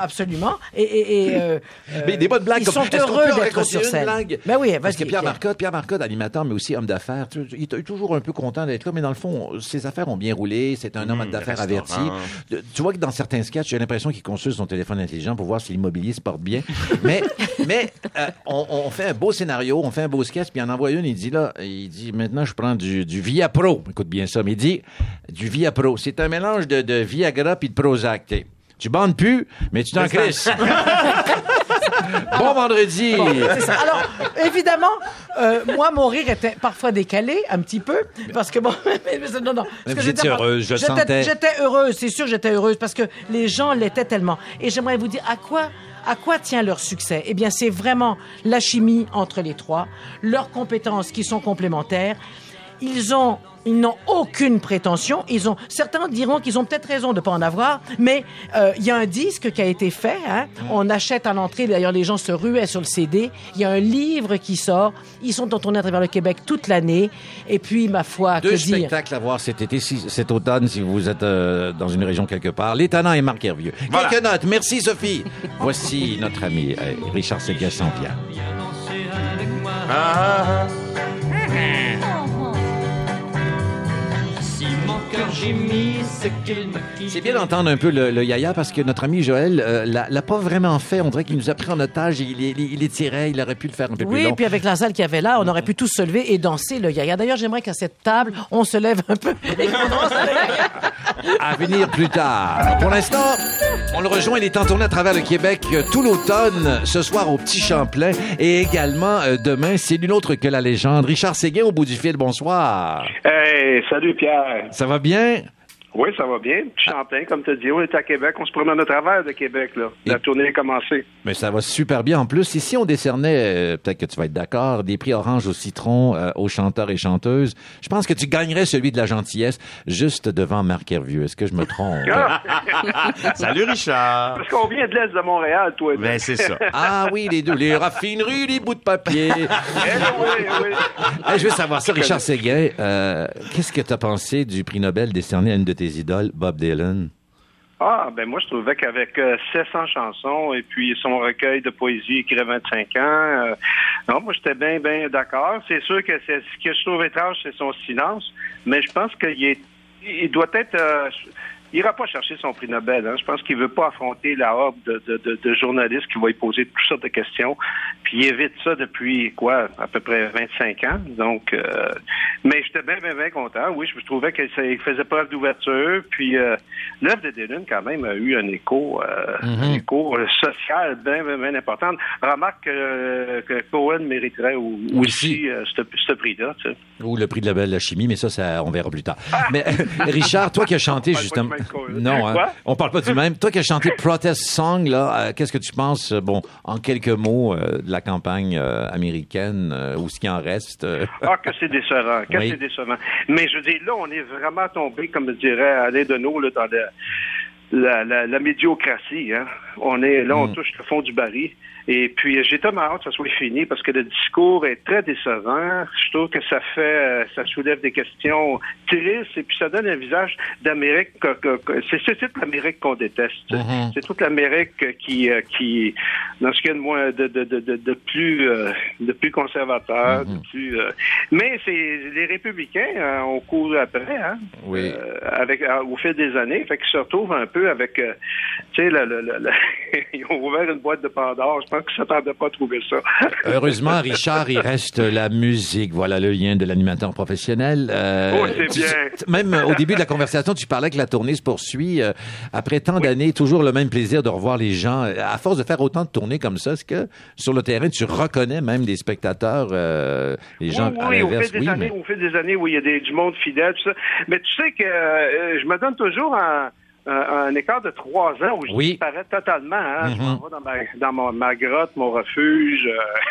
Speaker 1: Mais des bonnes blagues.
Speaker 3: Ils sont heureux d'être sur scène.
Speaker 1: Ben oui, parce que Pierre Marcotte, animateur, mais aussi homme d'affaires, il est toujours un peu content d'être là, mais dans le fond, ses affaires ont bien roulé, c'est un homme d'affaires averti. Tu vois que dans certains sketchs, j'ai l'impression qu'il consulte son téléphone intelligent pour voir si l'immobilier se porte bien. mais on fait un beau scénario, on fait un beau sketch, puis il en envoie une, il dit maintenant je prends du Viapro. Écoute bien ça, mais il dit du Viapro. C'est un mélange de Viagra puis de Prozac. Tu bandes plus, mais tu t'en crisses. Bon vendredi!
Speaker 3: C'est ça. Alors, évidemment, moi, mon rire était parfois décalé, un petit peu, parce que bon... non.
Speaker 1: Mais vous étiez heureuse, je sentais.
Speaker 3: J'étais heureuse, c'est sûr, j'étais heureuse, parce que les gens l'étaient tellement. Et j'aimerais vous dire, à quoi tient leur succès? Eh bien, c'est vraiment la chimie entre les trois, leurs compétences qui sont complémentaires. Ils n'ont aucune prétention. Certains diront qu'ils ont peut-être raison de ne pas en avoir, mais il y a un disque qui a été fait. Hein? On achète à l'entrée. D'ailleurs, les gens se ruaient sur le CD. Il y a un livre qui sort. Ils sont en tournée à travers le Québec toute l'année. Et puis, ma foi,
Speaker 1: Deux spectacles à voir cet été, cet automne, si vous êtes dans une région quelque part. Les Tannants et Marc Hervieux. Voilà. Quelques notes. Merci, Sophie. Voici notre ami Richard Séguin-Saint-Pierre. C'est bien d'entendre un peu le yaya parce que notre ami Joël l'a pas vraiment fait. On dirait qu'il nous a pris en otage. Il étirait, il aurait pu le faire un peu plus long.
Speaker 3: Oui, puis avec la salle qu'il y avait là, on aurait pu tous se lever et danser le yaya. D'ailleurs, j'aimerais qu'à cette table, on se lève un peu et qu'on danse le yaya.
Speaker 1: À venir plus tard. Pour l'instant, on le rejoint. Il est en tournée à travers le Québec tout l'automne, ce soir au Petit Champlain et également demain. C'est nul autre que la légende. Richard Séguin au bout du fil. Bonsoir.
Speaker 9: Hey, salut Pierre.
Speaker 1: Ça va bien?
Speaker 9: Oui, ça va bien. Petit Champlain, comme tu as dit, on est à Québec. On se promène à travers de Québec, là. La tournée est commencée.
Speaker 1: Mais ça va super bien. En plus, ici, on décernait, peut-être que tu vas être d'accord, des prix orange au citron aux chanteurs et chanteuses. Je pense que tu gagnerais celui de la gentillesse juste devant Marc Hervieux. Est-ce que je me trompe?
Speaker 2: Salut, Richard.
Speaker 9: Parce qu'on vient de l'Est de Montréal, toi et moi.
Speaker 2: Ben, c'est ça.
Speaker 1: Ah oui, les deux. Les raffineries, les bouts de papier.
Speaker 9: Oui.
Speaker 1: Hey, je veux savoir ça, Richard Séguin. Qu'est-ce que tu as pensé du prix Nobel décerné à une de tes idoles, Bob Dylan?
Speaker 9: Ah, ben moi, je trouvais qu'avec 700 chansons et puis son recueil de poésie écrit à 25 ans, non, moi, j'étais bien d'accord. C'est sûr que ce que je trouve étrange, c'est son silence, mais je pense qu'il doit être... il ira pas chercher son prix Nobel. Hein. Je pense qu'il veut pas affronter la horde de journalistes qui vont lui poser toutes sortes de questions. Puis il évite ça depuis, à peu près 25 ans. Donc, mais j'étais bien content. Oui, je trouvais qu'il faisait preuve d'ouverture. Puis l'œuvre de Dylan, quand même, a eu un écho, social bien important. Remarque que Cohen mériterait aussi ce prix-là. Tu sais.
Speaker 1: Ou le prix de la chimie, mais ça, on verra plus tard. Mais Richard, toi qui as chanté justement... Non, hein, on parle pas du même. Toi qui as chanté Protest Song, là, qu'est-ce que tu penses, en quelques mots, de la campagne américaine, ou ce qui en reste?
Speaker 9: Que c'est décevant. C'est décevant. Mais je veux dire, là, on est vraiment tombé, comme dirait Alain Deneau, là, dans la médiocratie. Hein. On touche le fond du baril. Et puis, j'ai tellement hâte que ça soit fini parce que le discours est très décevant. Je trouve que ça soulève des questions tristes et puis ça donne un visage d'Amérique. C'est toute l'Amérique qu'on déteste. Mm-hmm. C'est toute l'Amérique qui dans ce qu'il y a de moins de plus conservateur, mm-hmm. Mais c'est les républicains ont couru après, hein.
Speaker 1: Oui.
Speaker 9: Au fil des années, fait qu'ils se retrouvent un peu avec, tu sais, ils ont ouvert une boîte de Pandore. Je pense qu'ils ne s'attendaient pas à trouver ça.
Speaker 1: Heureusement, Richard, il reste la musique. Voilà le lien de l'animateur professionnel.
Speaker 9: C'est bien.
Speaker 1: Même au début de la conversation, tu parlais que la tournée se poursuit. Après tant d'années, toujours le même plaisir de revoir les gens. À force de faire autant de tournées comme ça, est-ce que sur le terrain, tu reconnais même des spectateurs, les gens à l'inverse?
Speaker 9: Au fil des années où il y a du monde fidèle, tout ça. Mais tu sais que je me donne toujours un écart de 3 ans où je disparais totalement. Hein. Je m'en vais dans ma grotte, mon refuge,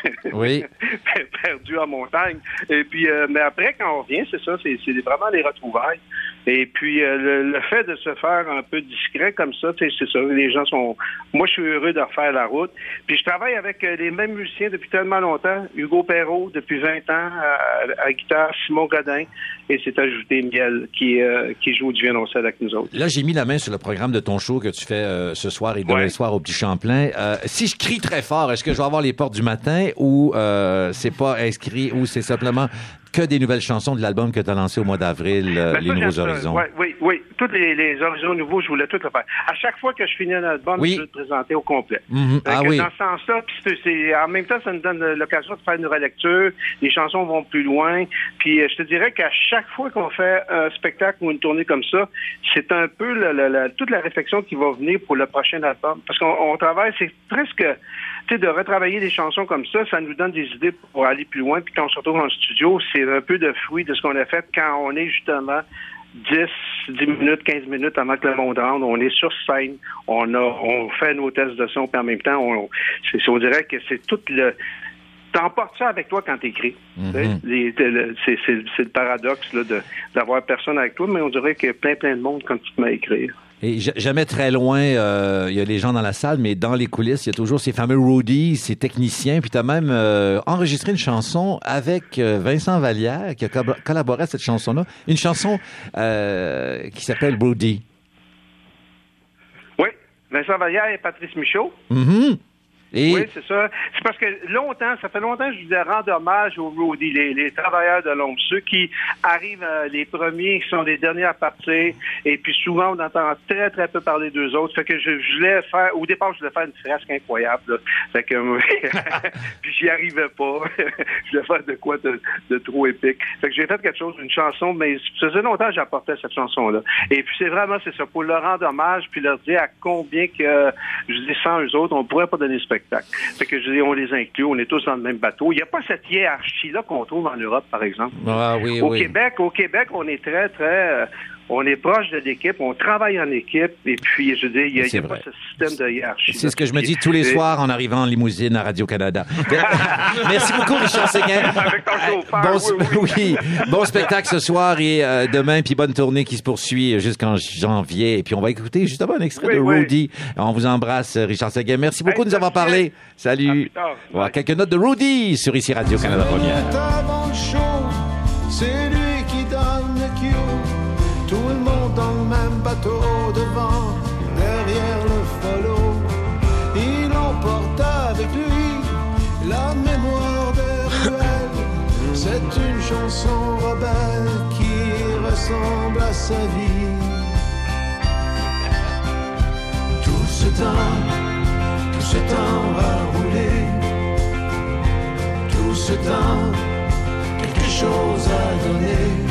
Speaker 9: perdu en montagne. Et puis, mais après, quand on revient, c'est ça, c'est vraiment les retrouvailles. Et puis, le fait de se faire un peu discret comme ça, c'est ça, les gens sont... Moi, je suis heureux de refaire la route. Puis, je travaille avec les mêmes musiciens depuis tellement longtemps. Hugo Perrault, depuis 20 ans, à guitare, Simon Godin, et c'est ajouté Miel, qui joue du violoncelle avec nous autres.
Speaker 1: Là, j'ai mis la main sur le programme de ton show que tu fais ce soir et demain soir au Petit Champlain. Si je crie très fort, est-ce que je vais avoir les portes du matin ou c'est pas inscrit ou c'est simplement que des nouvelles chansons de l'album que tu as lancé au mois d'avril, Les Nouveaux Horizons?
Speaker 9: Oui. Tous les horizons nouveaux, je voulais tout le faire. À chaque fois que je finis un album, je veux le présenter au complet. Dans ce sens-là, puis en même temps, ça nous donne l'occasion de faire une relecture. Les chansons vont plus loin. Puis je te dirais qu'à chaque fois qu'on fait un spectacle ou une tournée comme ça, c'est un peu toute la réflexion qui va venir pour le prochain album. Parce qu'on travaille, c'est presque... Tu sais, de retravailler des chansons comme ça nous donne des idées pour aller plus loin. Puis quand on se retrouve en studio, c'est un peu de fruit de ce qu'on a fait quand on est justement 10 minutes, 15 minutes avant que le monde rentre. On est sur scène, on fait nos tests de son, puis en même temps, on dirait que c'est tout le... T'emportes ça avec toi quand t'écris. C'est le paradoxe là, d'avoir personne avec toi, mais on dirait qu'il y a plein de monde quand tu te mets à écrire.
Speaker 1: Et jamais très loin, il y a les gens dans la salle, mais dans les coulisses, il y a toujours ces fameux roadies, ces techniciens. Puis tu as même enregistré une chanson avec Vincent Vallière, qui a collaboré à cette chanson-là. Une chanson qui s'appelle Roadie.
Speaker 9: Oui, Vincent Vallière et Patrice Michaud. Oui, c'est ça. C'est parce que ça fait longtemps que je disais rendre hommage aux roadies, les travailleurs de l'ombre, ceux qui arrivent les premiers, qui sont les derniers à partir, et puis souvent on entend très très peu parler d'eux autres. Fait que je voulais faire, au départ je voulais faire une fresque incroyable, là. Fait que puis j'y arrivais pas. Je voulais faire de quoi de trop épique. Fait que j'ai fait quelque chose, une chanson, mais ça faisait longtemps que j'apportais cette chanson-là. Et puis c'est ça, pour leur rendre hommage, puis leur dire à combien que, je dis, sans eux autres, on pourrait pas donner spectacle. Fait que je dis, on les inclut, on est tous dans le même bateau. Il n'y a pas cette hiérarchie-là qu'on trouve en Europe, par exemple. Au Québec, on est très, très... on est proche de l'équipe, on travaille en équipe, et puis, je dis, il n'y a pas ce système de hiérarchie.
Speaker 1: C'est ce que je me dis tous les soirs en arrivant en limousine à Radio-Canada. Merci beaucoup, Richard Séguin.
Speaker 9: Avec ton chauffeur,
Speaker 1: bon spectacle ce soir et demain, puis bonne tournée qui se poursuit jusqu'en janvier. Et puis, on va écouter justement un extrait de Rudy. On vous embrasse, Richard Séguin. Merci beaucoup de nous avoir parlé. Salut. Voilà, quelques notes de Rudy sur ici Radio-Canada Première.
Speaker 10: C'est lui qui donne le cue. Tout le monde dans le même bateau, devant, derrière le follow. Il emporte avec lui la mémoire des ruelles. C'est une chanson rebelle qui ressemble à sa vie. Tout ce temps va rouler. Tout ce temps, quelque chose à donner.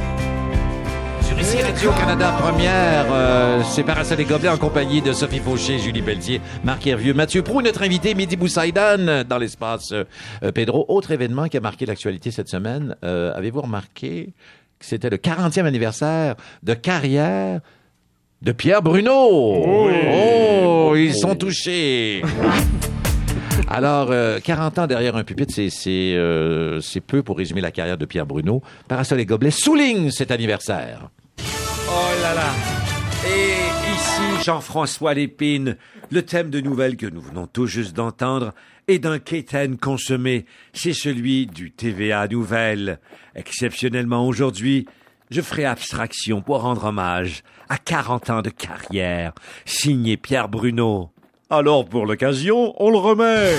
Speaker 1: Ici Radio-Canada Première, c'est Parasol et Gobelets en compagnie de Sophie Fauché, Julie Pelletier, Marc Hervieux, Mathieu Proulx, notre invité Mehdi Boussaïdan dans l'espace Pedro. Autre événement qui a marqué l'actualité cette semaine, avez-vous remarqué que c'était le 40e anniversaire de carrière de Pierre Bruno? Ils sont touchés. Alors, 40 ans derrière un pupitre, c'est peu pour résumer la carrière de Pierre Bruno. Parasol et Gobelets souligne cet anniversaire.
Speaker 11: Oh là là! Et ici, Jean-François Lépine, le thème de nouvelles que nous venons tout juste d'entendre est d'un quétaine consommé. C'est celui du TVA Nouvelles. Exceptionnellement aujourd'hui, je ferai abstraction pour rendre hommage à 40 ans de carrière, signé Pierre Bruno. Alors, pour l'occasion, on le remet.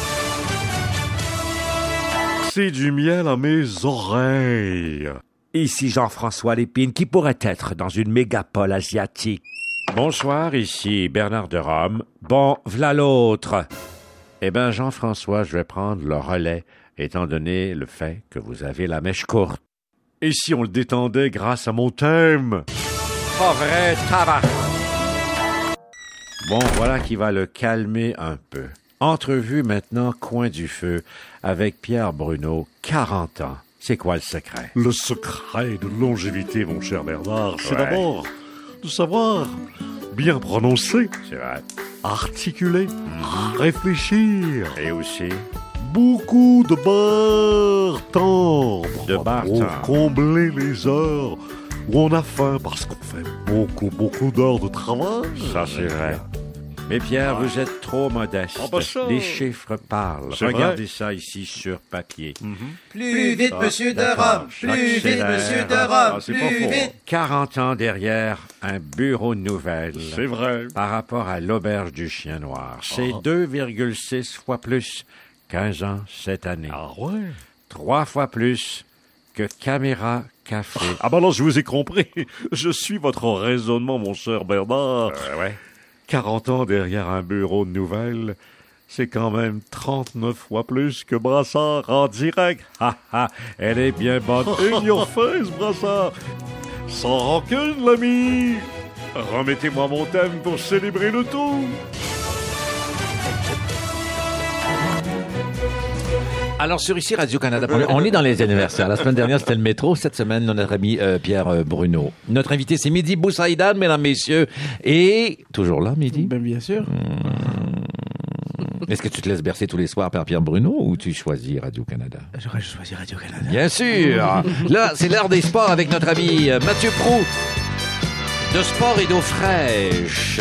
Speaker 11: C'est du miel à mes oreilles. Ici Jean-François Lépine, qui pourrait être dans une mégapole asiatique. Bonsoir, ici Bernard de Rome. Bon, v'là l'autre. Eh ben, Jean-François, je vais prendre le relais, étant donné le fait que vous avez la mèche courte. Et si on le détendait grâce à mon thème? Pas vrai, tabac! Bon, voilà qui va le calmer un peu. Entrevue maintenant, coin du feu, avec Pierre Bruno, 40 ans. C'est quoi le secret?
Speaker 12: Le secret de longévité, mon cher Bernard, c'est d'abord de savoir
Speaker 11: bien prononcer,
Speaker 1: C'est vrai.
Speaker 11: articuler, réfléchir.
Speaker 1: Et aussi,
Speaker 11: Beaucoup de barres tendres
Speaker 1: De barres
Speaker 11: pour
Speaker 1: tendres.
Speaker 11: combler les heures où on a faim parce qu'on fait beaucoup d'heures de travail.
Speaker 1: ça c'est vrai. Mais Pierre, vous êtes trop modeste.
Speaker 11: Ah, bah ça.
Speaker 1: Les chiffres parlent.
Speaker 11: C'est
Speaker 1: Regardez ça ici sur papier.
Speaker 12: Plus vite, monsieur de Rome. Plus vite,
Speaker 1: Accélère.
Speaker 12: monsieur de Rome.
Speaker 11: Ah, c'est pas
Speaker 12: Plus
Speaker 11: faux.
Speaker 12: vite.
Speaker 1: 40 ans derrière un bureau de nouvelles.
Speaker 11: C'est vrai.
Speaker 1: Par rapport à l'auberge du Chien Noir. C'est
Speaker 11: Ah.
Speaker 1: 2,6 fois plus. 15 ans cette année.
Speaker 11: Ah ouais?
Speaker 1: 3 fois plus que Caméra Café.
Speaker 11: Ah bah là, je vous ai compris. Je suis votre raisonnement, mon cher Bernard.
Speaker 1: Ouais.
Speaker 11: 40 ans derrière un bureau de nouvelles, c'est quand même 39 fois plus que Brassard en direct.
Speaker 1: Ha ha, elle est bien bonne.
Speaker 11: In your face, Brassard. Sans rancune, l'ami. Remettez-moi mon thème pour célébrer le tout.
Speaker 1: Alors, sur ici, Radio-Canada, on est dans les anniversaires. La semaine dernière, c'était le métro. Cette semaine, notre ami Pierre Bruno. Notre invité, c'est Mehdi Boussaïdan, mesdames, messieurs. Et toujours là, Mehdi?
Speaker 4: Ben, bien sûr.
Speaker 1: Est-ce que tu te laisses bercer tous les soirs par Pierre Bruno ou tu choisis Radio-Canada?
Speaker 4: J'aurais choisi Radio-Canada.
Speaker 1: Bien sûr! Là, c'est l'heure des sports avec notre ami Mathieu Proulx de Sport et d'eau fraîche.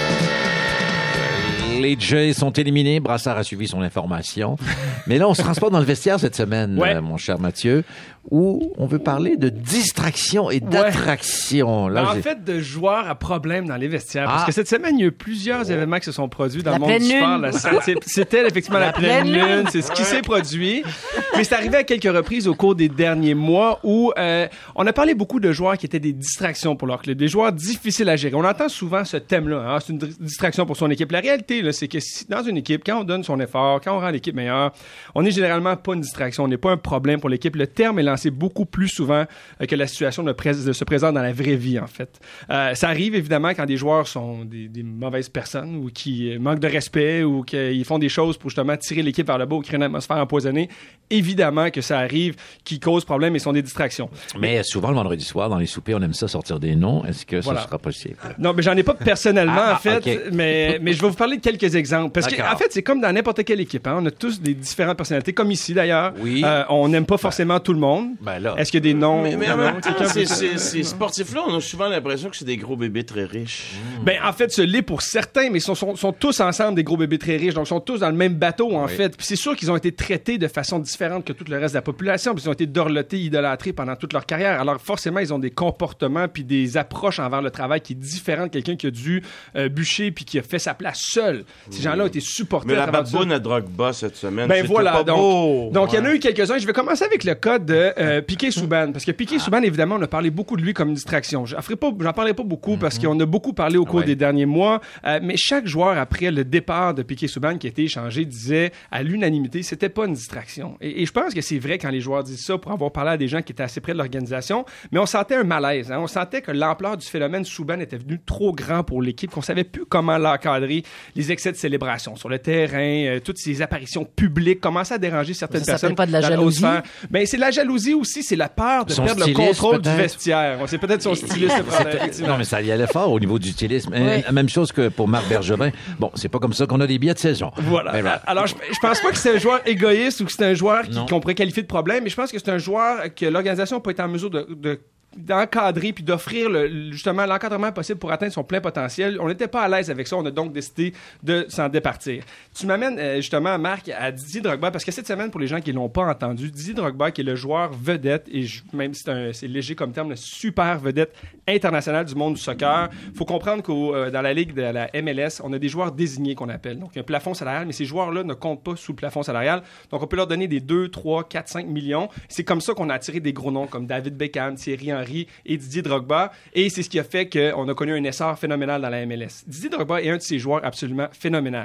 Speaker 1: Les Jays sont éliminés. Brassard a suivi son information. Mais là, on se transporte dans le vestiaire cette semaine, mon cher Mathieu, où on veut parler de distraction et d'attraction. Là,
Speaker 6: En fait, de joueurs à problème dans les vestiaires. Parce
Speaker 1: Ah.
Speaker 6: que cette semaine, il y a eu plusieurs événements qui se sont produits dans
Speaker 3: La
Speaker 6: le monde du
Speaker 3: pleine
Speaker 6: sport.
Speaker 3: lune.
Speaker 6: C'était effectivement la pleine
Speaker 3: pleine
Speaker 6: lune.
Speaker 3: lune.
Speaker 6: C'est ce qui s'est produit. Mais c'est arrivé à quelques reprises au cours des derniers mois où on a parlé beaucoup de joueurs qui étaient des distractions pour leur club, des joueurs difficiles à gérer. On entend souvent ce thème-là. Hein? C'est une distraction pour son équipe. La réalité, là, c'est que dans une équipe, quand on donne son effort, quand on rend l'équipe meilleure, on n'est généralement pas une distraction. On n'est pas un problème pour l'équipe. Le terme est lancé beaucoup plus souvent que la situation se présente dans la vraie vie, en fait. Ça arrive, évidemment, quand des joueurs sont des mauvaises personnes ou qui manquent de respect ou qu'ils font des choses pour justement tirer l'équipe vers le bas ou créer une atmosphère empoisonnée. Évidemment que ça arrive, qui cause problème et sont des distractions.
Speaker 1: Mais souvent, le vendredi soir, dans les soupers, on aime ça sortir des noms. Est-ce que
Speaker 6: Voilà.
Speaker 1: ça sera possible?
Speaker 6: Non, mais j'en ai pas personnellement, en fait,
Speaker 1: OK.
Speaker 6: mais je vais vous parler de quelques exemples. Parce
Speaker 1: D'accord.
Speaker 6: qu'en fait, c'est comme dans n'importe quelle équipe. Hein? On a tous des différentes personnalités, comme ici d'ailleurs.
Speaker 1: Oui.
Speaker 6: On n'aime pas forcément tout le monde.
Speaker 1: Ben là.
Speaker 6: Est-ce qu'il y a des noms?
Speaker 2: Mais en
Speaker 6: non,
Speaker 2: même temps,
Speaker 6: quelqu'un peut-
Speaker 2: ces sportifs-là, on a souvent l'impression que c'est des gros bébés très riches.
Speaker 6: Ben, en fait, ce l'est pour certains, mais ils sont tous ensemble des gros bébés très riches. Donc, ils sont tous dans le même bateau, en fait. Puis c'est sûr qu'ils ont été traités de façon différente que tout le reste de la population. Puis ils ont été dorlotés, idolâtrés pendant toute leur carrière. Alors, forcément, ils ont des comportements puis des approches envers le travail qui est différent de quelqu'un qui a dû bûcher puis qui a fait sa place seul. Ces gens-là ont été supportés
Speaker 2: Mais
Speaker 6: à
Speaker 2: la
Speaker 6: travers tout ça.
Speaker 2: baboune à Drogba cette semaine,
Speaker 6: Ben
Speaker 2: c'était
Speaker 6: voilà,
Speaker 2: pas
Speaker 6: donc
Speaker 2: beau.
Speaker 6: il y en a eu quelques-uns. Je vais commencer avec le cas de Piqué Souban, parce que Piqué Souban, évidemment, on a parlé beaucoup de lui comme distraction. J'en parlerai pas beaucoup parce qu'on a beaucoup parlé au cours des derniers mois, mais chaque joueur après le départ de Piqué Souban qui a été échangé disait à l'unanimité, c'était pas une distraction. Et je pense que c'est vrai quand les joueurs disent ça pour avoir parlé à des gens qui étaient assez près de l'organisation, mais on sentait un malaise. Hein? On sentait que l'ampleur du phénomène Souban était venu trop grand pour l'équipe, qu'on savait plus comment l'encadrer, les excès de célébration sur le terrain, toutes ces apparitions publiques commençaient à déranger certaines
Speaker 3: Ça
Speaker 6: personnes.
Speaker 3: s'appelle pas de la
Speaker 6: dans
Speaker 3: jalousie?
Speaker 6: haute sphère. Ben, c'est la jalousie aussi, c'est la peur de
Speaker 1: Son
Speaker 6: perdre le
Speaker 1: styliste,
Speaker 6: contrôle du
Speaker 1: peut-être?
Speaker 6: vestiaire. C'est peut-être son styliste, le problème, effectivement.
Speaker 1: Non, mais ça y allait fort au niveau du stylisme.
Speaker 3: Oui.
Speaker 1: La même chose que pour Marc Bergevin. Bon, c'est pas comme ça qu'on a des billets de saison.
Speaker 6: Voilà.
Speaker 1: Mais
Speaker 6: Alors, je pense pas que c'est un joueur égoïste ou que c'est un joueur
Speaker 1: Non.
Speaker 6: qu'on pourrait qualifier de problème, mais je pense que c'est un joueur que l'organisation n'a pas été en mesure d'encadrer puis d'offrir justement l'encadrement possible pour atteindre son plein potentiel. On n'était pas à l'aise avec ça, on a donc décidé de s'en départir. Tu m'amènes justement, Marc, à Didier Drogba, parce que cette semaine, pour les gens qui l'ont pas entendu, Didier Drogba, qui est le joueur vedette, et même si c'est léger comme terme, le super vedette international du monde du soccer, faut comprendre que dans la ligue de la MLS, on a des joueurs désignés qu'on appelle. Donc, il y a un plafond salarial, mais ces joueurs-là ne comptent pas sous le plafond salarial. Donc, on peut leur donner des 2, 3, 4, 5 millions. C'est comme ça qu'on a attiré des gros noms comme David Beckham, Thierry Henry et Didier Drogba. Et c'est ce qui a fait qu'on a connu un essor phénoménal dans la MLS. Didier Drogba est un de ces joueurs absolument phénoménal.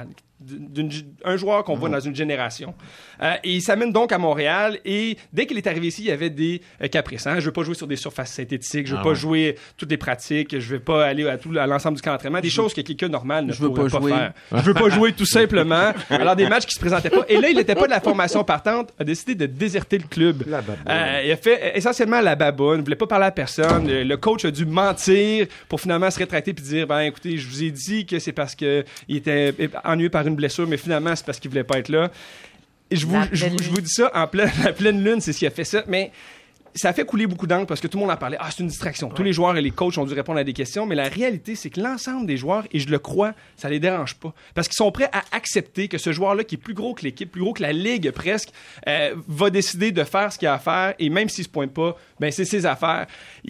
Speaker 6: un joueur qu'on voit dans une génération. Et il s'amène donc à Montréal et dès qu'il est arrivé ici, il y avait des caprices. Je veux pas jouer sur des surfaces synthétiques, je veux pas jouer toutes les pratiques, je veux pas aller à l'ensemble du camp d'entraînement, des choses que quelqu'un normal ne pourrait pas faire. Je veux pas jouer tout simplement. Alors des matchs qui se présentaient pas. Et là, il n'était pas de la formation partante, a décidé de déserter le club. Il a fait essentiellement la baboune, ne voulait pas parler à personne. Le coach a dû mentir pour finalement se rétracter puis dire écoutez, je vous ai dit que c'est parce que il était ennuyé par une blessure, mais finalement c'est parce qu'il voulait pas être là. Et je vous dis ça en pleine lune, c'est ce qui a fait ça, mais ça a fait couler beaucoup d'encre parce que tout le monde en parlait. C'est une distraction. Tous les joueurs et les coachs ont dû répondre à des questions, mais la réalité, c'est que l'ensemble des joueurs, et je le crois, ça les dérange pas. Parce qu'ils sont prêts à accepter que ce joueur-là, qui est plus gros que l'équipe, plus gros que la ligue presque, va décider de faire ce qu'il a à faire, et même s'il se pointe pas, c'est ses affaires.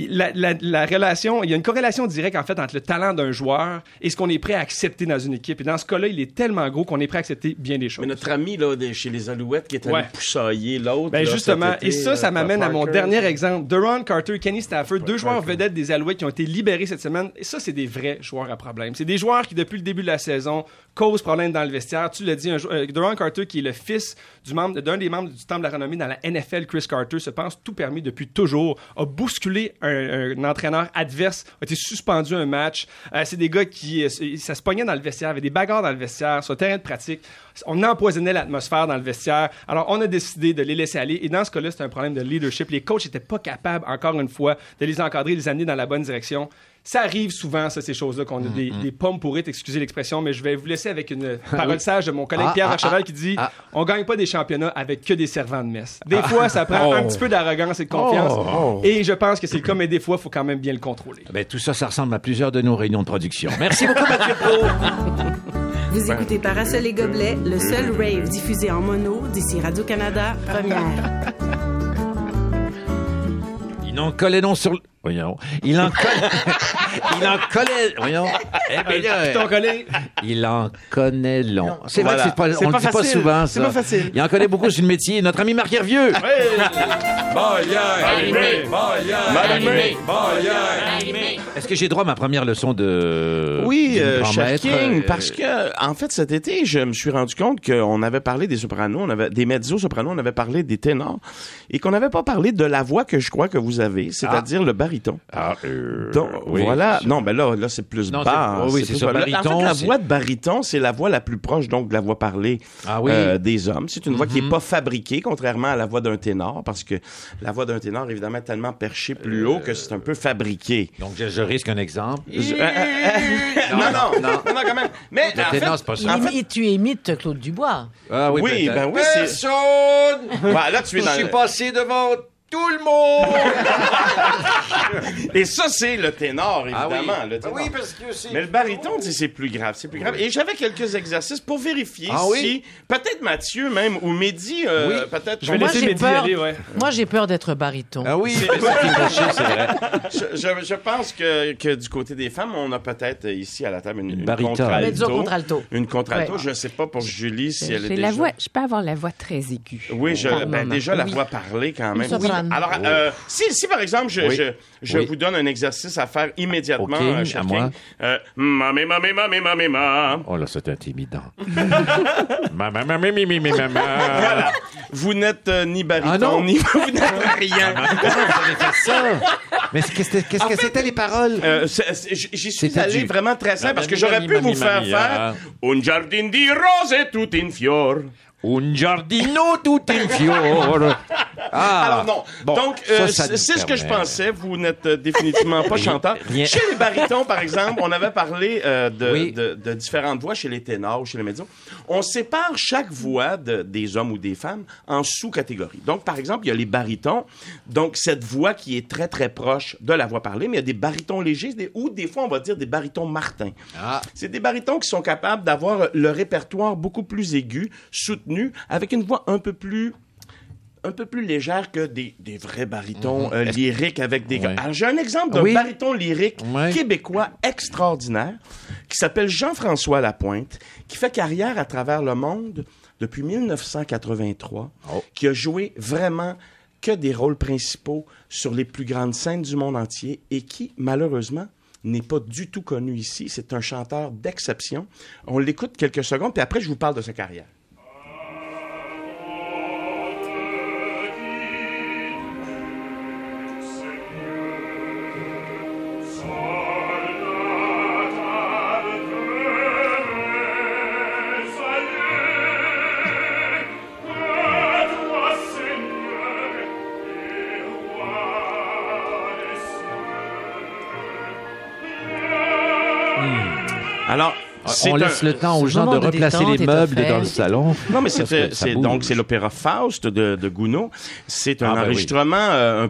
Speaker 6: La relation, il y a une corrélation directe, en fait, entre le talent d'un joueur et ce qu'on est prêt à accepter dans une équipe. Et dans ce cas-là, il est tellement gros qu'on est prêt à accepter bien des choses.
Speaker 2: Mais notre ami, là, chez les Alouettes, qui est allé poussailler l'autre.
Speaker 6: Justement. Et ça m'amène à mon dernier exemple. Duron Carter, Kenny Stafford, deux joueurs vedettes des Alouettes qui ont été libérés cette semaine. Et ça, c'est des vrais joueurs à problème. C'est des joueurs qui, depuis le début de la saison, causent problème dans le vestiaire. Tu l'as dit, Duron Carter, qui est le fils d'un des membres du Temple de la renommée dans la NFL, Chris Carter, se pense tout permis depuis toujours, a bousculé un entraîneur adverse, a été suspendu un match. C'est des gars qui ça se pognait dans le vestiaire, avait des bagarres dans le vestiaire, sur le terrain de pratique. On empoisonnait l'atmosphère dans le vestiaire. Alors, on a décidé de les laisser aller. Et dans ce cas-là, c'est un problème de leadership. Les coachs n'étaient pas capables, encore une fois, de les encadrer, de les amener dans la bonne direction. Ça arrive souvent, ces choses-là, qu'on a des pommes pourrites, excusez l'expression, mais je vais vous laisser avec une parole sage de mon collègue Pierre Archeval qui dit « On gagne pas des championnats avec que des servants de messe. » Des fois, ça prend un petit peu d'arrogance et de confiance. Et je pense que c'est le cas, mais des fois, il faut quand même bien le contrôler.
Speaker 1: Tout ça, ça ressemble à plusieurs de nos réunions de production. Merci beaucoup, Mathieu Pro.
Speaker 13: Vous écoutez Parasol et Gobelets, le seul rave diffusé en mono d'ici Radio-Canada, première.
Speaker 1: Il en collait non sur le... Voyons. Il en collait... Voyons. Il en connaît long. C'est vrai que on le dit pas souvent, ça.
Speaker 2: C'est pas facile.
Speaker 1: Il en connaît beaucoup sur le métier. Notre ami Marc Hervieux. Est-ce que j'ai droit à ma première leçon de...
Speaker 2: Oui, cher King, parce que, en fait, cet été, je me suis rendu compte qu'on avait parlé des sopranos, des mezzo-sopranos, on avait parlé des ténors, et qu'on n'avait pas parlé de la voix que je crois que vous avez, c'est-à-dire le baryton. Donc, voilà. Non, là, c'est plus bas.
Speaker 1: Oui, c'est ça.
Speaker 2: En fait, la voix de baryton, c'est la voix la plus proche, donc, de la voix parlée des hommes. C'est une voix qui n'est pas fabriquée, contrairement à la voix d'un ténor, parce que la voix d'un ténor, évidemment, est tellement perchée plus haut que c'est un peu fabriqué.
Speaker 1: Donc, je risque un exemple.
Speaker 2: Non, quand même. Mais,
Speaker 1: le ténor, c'est pas ça.
Speaker 3: Tu imites Claude Dubois.
Speaker 1: Ah oui,
Speaker 2: oui,
Speaker 1: personne!
Speaker 2: Là, tu es
Speaker 1: Je suis passé devant tout le monde!
Speaker 2: Et ça, c'est le ténor, évidemment. Le ténor.
Speaker 1: Oui, parce que c'est...
Speaker 2: Mais le baryton, c'est plus grave. C'est plus grave. Et j'avais quelques exercices pour vérifier si... Peut-être Mathieu, même, ou Mehdi, peut-être...
Speaker 6: Je vais laisser Mehdi aller,
Speaker 3: Moi, j'ai peur d'être baryton.
Speaker 1: Ah oui, c'est vrai.
Speaker 2: Je pense que du côté des femmes, on a peut-être ici à la table une
Speaker 3: contralto.
Speaker 2: Une contralto. Je ne sais pas pour Julie si elle est déjà...
Speaker 5: Je peux avoir la voix très aiguë.
Speaker 2: Oui, déjà la voix parlée quand même. Alors, si par exemple, je vous donne un exercice à faire immédiatement,
Speaker 1: à moi.
Speaker 2: Mamé.
Speaker 1: Oh là, c'est intimidant.
Speaker 2: Voilà. Vous n'êtes ni baryton, ni vous n'êtes rien.
Speaker 1: Comment vous allez faire ça? Mais qu'est-ce que c'était les paroles?
Speaker 2: J'y suis allé vraiment très simple parce que j'aurais pu vous faire faire Un giardin di rose tout in fior.
Speaker 1: Un giardino tout in fior.
Speaker 2: Alors non. Bon, donc, c'est ce que je pensais. Vous n'êtes définitivement pas chanteur. Chez les barytons, par exemple, on avait parlé de différentes voix chez les ténors ou chez les médiums. On sépare chaque voix des hommes ou des femmes en sous-catégories. Donc, par exemple, il y a les barytons. Donc, cette voix qui est très, très proche de la voix parlée, mais il y a des barytons légers ou des fois, on va dire des barytons martins. C'est des barytons qui sont capables d'avoir le répertoire beaucoup plus aigu, soutenu, avec une voix un peu plus légère que des vrais barytons lyriques avec des... Alors, j'ai un exemple d'un baryton lyrique québécois extraordinaire qui s'appelle Jean-François Lapointe, qui fait carrière à travers le monde depuis 1983, qui a joué vraiment que des rôles principaux sur les plus grandes scènes du monde entier et qui, malheureusement, n'est pas du tout connu ici. C'est un chanteur d'exception. On l'écoute quelques secondes, puis après, je vous parle de sa carrière. Alors,
Speaker 1: on laisse le temps aux gens de replacer les meubles dans le salon.
Speaker 2: Non, mais c'est l'opéra Faust de Gounod. C'est un enregistrement un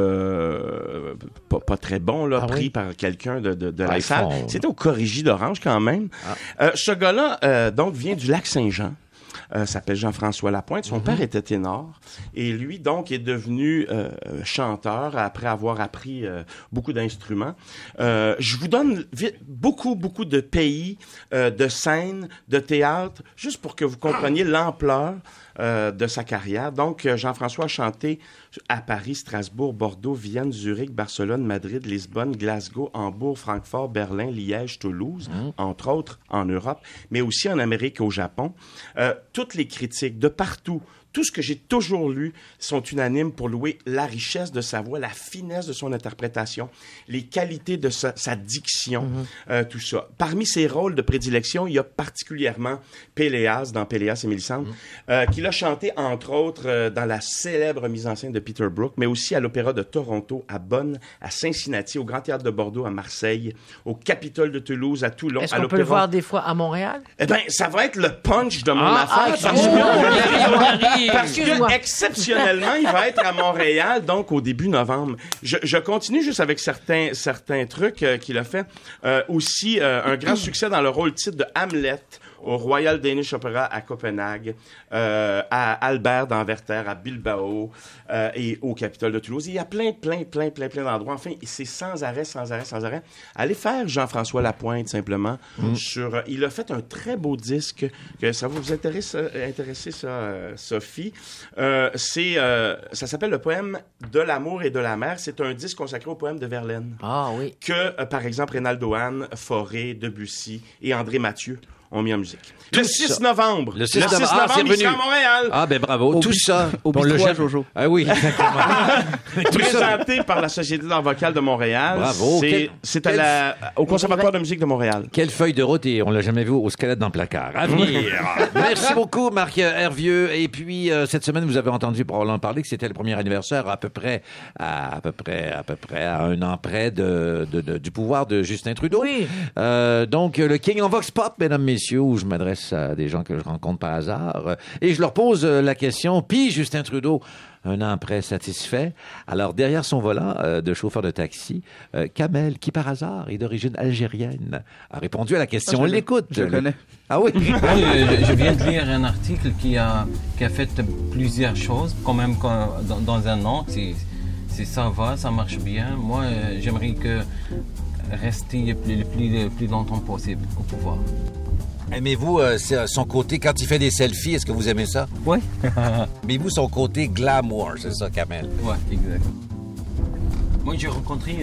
Speaker 2: peu pas très bon, là, pris par quelqu'un de la salle. C'était au Corrigie d'Orange quand même. Ce gars-là, donc, vient du Lac-Saint-Jean. S'appelle Jean-François Lapointe. Son père était ténor. Et lui, donc, est devenu chanteur après avoir appris beaucoup d'instruments. Je vous donne beaucoup de pays, de scènes, de théâtre, juste pour que vous compreniez l'ampleur de sa carrière. Donc, Jean-François a chanté à Paris, Strasbourg, Bordeaux, Vienne, Zurich, Barcelone, Madrid, Lisbonne, Glasgow, Hambourg, Francfort, Berlin, Liège, Toulouse, entre autres en Europe, mais aussi en Amérique et au Japon. Toutes les critiques de partout, tout ce que j'ai toujours lu sont unanimes pour louer la richesse de sa voix, la finesse de son interprétation, les qualités de sa diction, tout ça. Parmi ses rôles de prédilection, il y a particulièrement Péléas dans Péléas et Mélisande, qu'il a chanté entre autres dans la célèbre mise en scène de Peter Brook, mais aussi à l'Opéra de Toronto, à Bonn, à Cincinnati, au Grand Théâtre de Bordeaux, à Marseille, au Capitole de Toulouse, à Toulon.
Speaker 3: Est-ce qu'on peut le voir des fois à Montréal?
Speaker 2: Eh bien, ça va être le punch de mon affaire. Parce que, exceptionnellement, il va être à Montréal, donc au début novembre. Je continue juste avec certains trucs qu'il a fait. Aussi, un grand succès dans le rôle titre de Hamlet au Royal Danish Opera à Copenhague, à Albert dans Werther, à Bilbao et au Capitole de Toulouse. Il y a plein d'endroits. Enfin, c'est sans arrêt. Allez faire Jean-François Lapointe, simplement. Il a fait un très beau disque, que ça va vous intéresser ça, Sophie. Ça s'appelle Le poème de l'amour et de la mer. C'est un disque consacré au poème de Verlaine.
Speaker 3: Ah oui.
Speaker 2: Que, par exemple, Reynaldo Hahn, Fauré, Debussy et André Mathieu ont mis en musique. Le 6 novembre. Le 6 novembre, il sera à Montréal.
Speaker 1: Ah, ben bravo. Tout ça.
Speaker 4: Au bistrot Jojo.
Speaker 1: Ah oui, exactement.
Speaker 2: Présenté par la Société d'art vocal de Montréal.
Speaker 1: Bravo.
Speaker 2: C'est au Conservatoire de musique de Montréal.
Speaker 1: Quelle feuille de route, et on l'a jamais vu au squelette dans le placard. À venir. Merci beaucoup, Marc Hervieux. Et puis, cette semaine, vous avez entendu probablement parler que c'était le premier anniversaire à peu près à un an près du pouvoir de Justin Trudeau.
Speaker 3: Oui.
Speaker 1: Donc, le King en Vox Pop, mesdames, messieurs, où je m'adresse à des gens que je rencontre par hasard, et je leur pose la question, puis Justin Trudeau, un an après, satisfait. Alors, derrière son volant de chauffeur de taxi, Kamel, qui par hasard est d'origine algérienne, a répondu à la question. On l'écoute.
Speaker 4: Je le connais.
Speaker 1: Ah oui?
Speaker 14: Je viens de lire un article qui a fait plusieurs choses, quand même dans un an. Ça va, ça marche bien. Moi, j'aimerais rester le plus longtemps possible au pouvoir.
Speaker 1: Aimez-vous son côté, quand il fait des selfies, est-ce que vous aimez ça?
Speaker 14: Oui.
Speaker 1: Aimez-vous son côté glamour, c'est ça, Kamel?
Speaker 14: Oui, exact. Moi, j'ai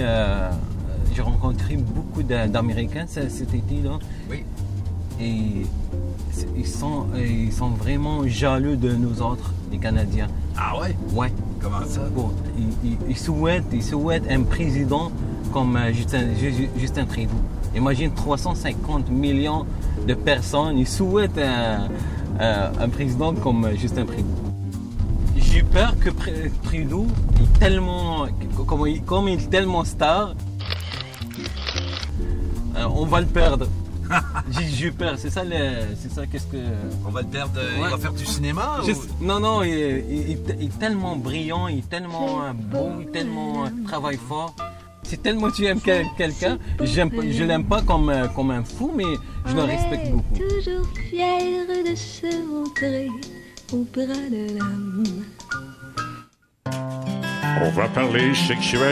Speaker 14: rencontré beaucoup d'Américains cet été-là. Oui. Et ils sont vraiment jaloux de nous autres, les Canadiens.
Speaker 1: Ah ouais?
Speaker 14: Ouais.
Speaker 1: Comment ça?
Speaker 14: Bon, ils souhaitent un président comme Justin Trudeau. Imagine 350 millions de personnes, ils souhaitent un président comme Justin Trudeau. J'ai peur que Trudeau est tellement, comme il est tellement star, on va le perdre. J'ai peur, c'est ça qu'est-ce que...
Speaker 1: On va le perdre, ouais. Il va faire du cinéma
Speaker 14: Non, il est tellement brillant, il est tellement beau, il tellement travaille fort. Si tellement tu aimes quelqu'un, je l'aime pas comme un fou, mais je le respecte beaucoup.
Speaker 15: Toujours fier de se montrer au bras de l'homme.
Speaker 11: On va parler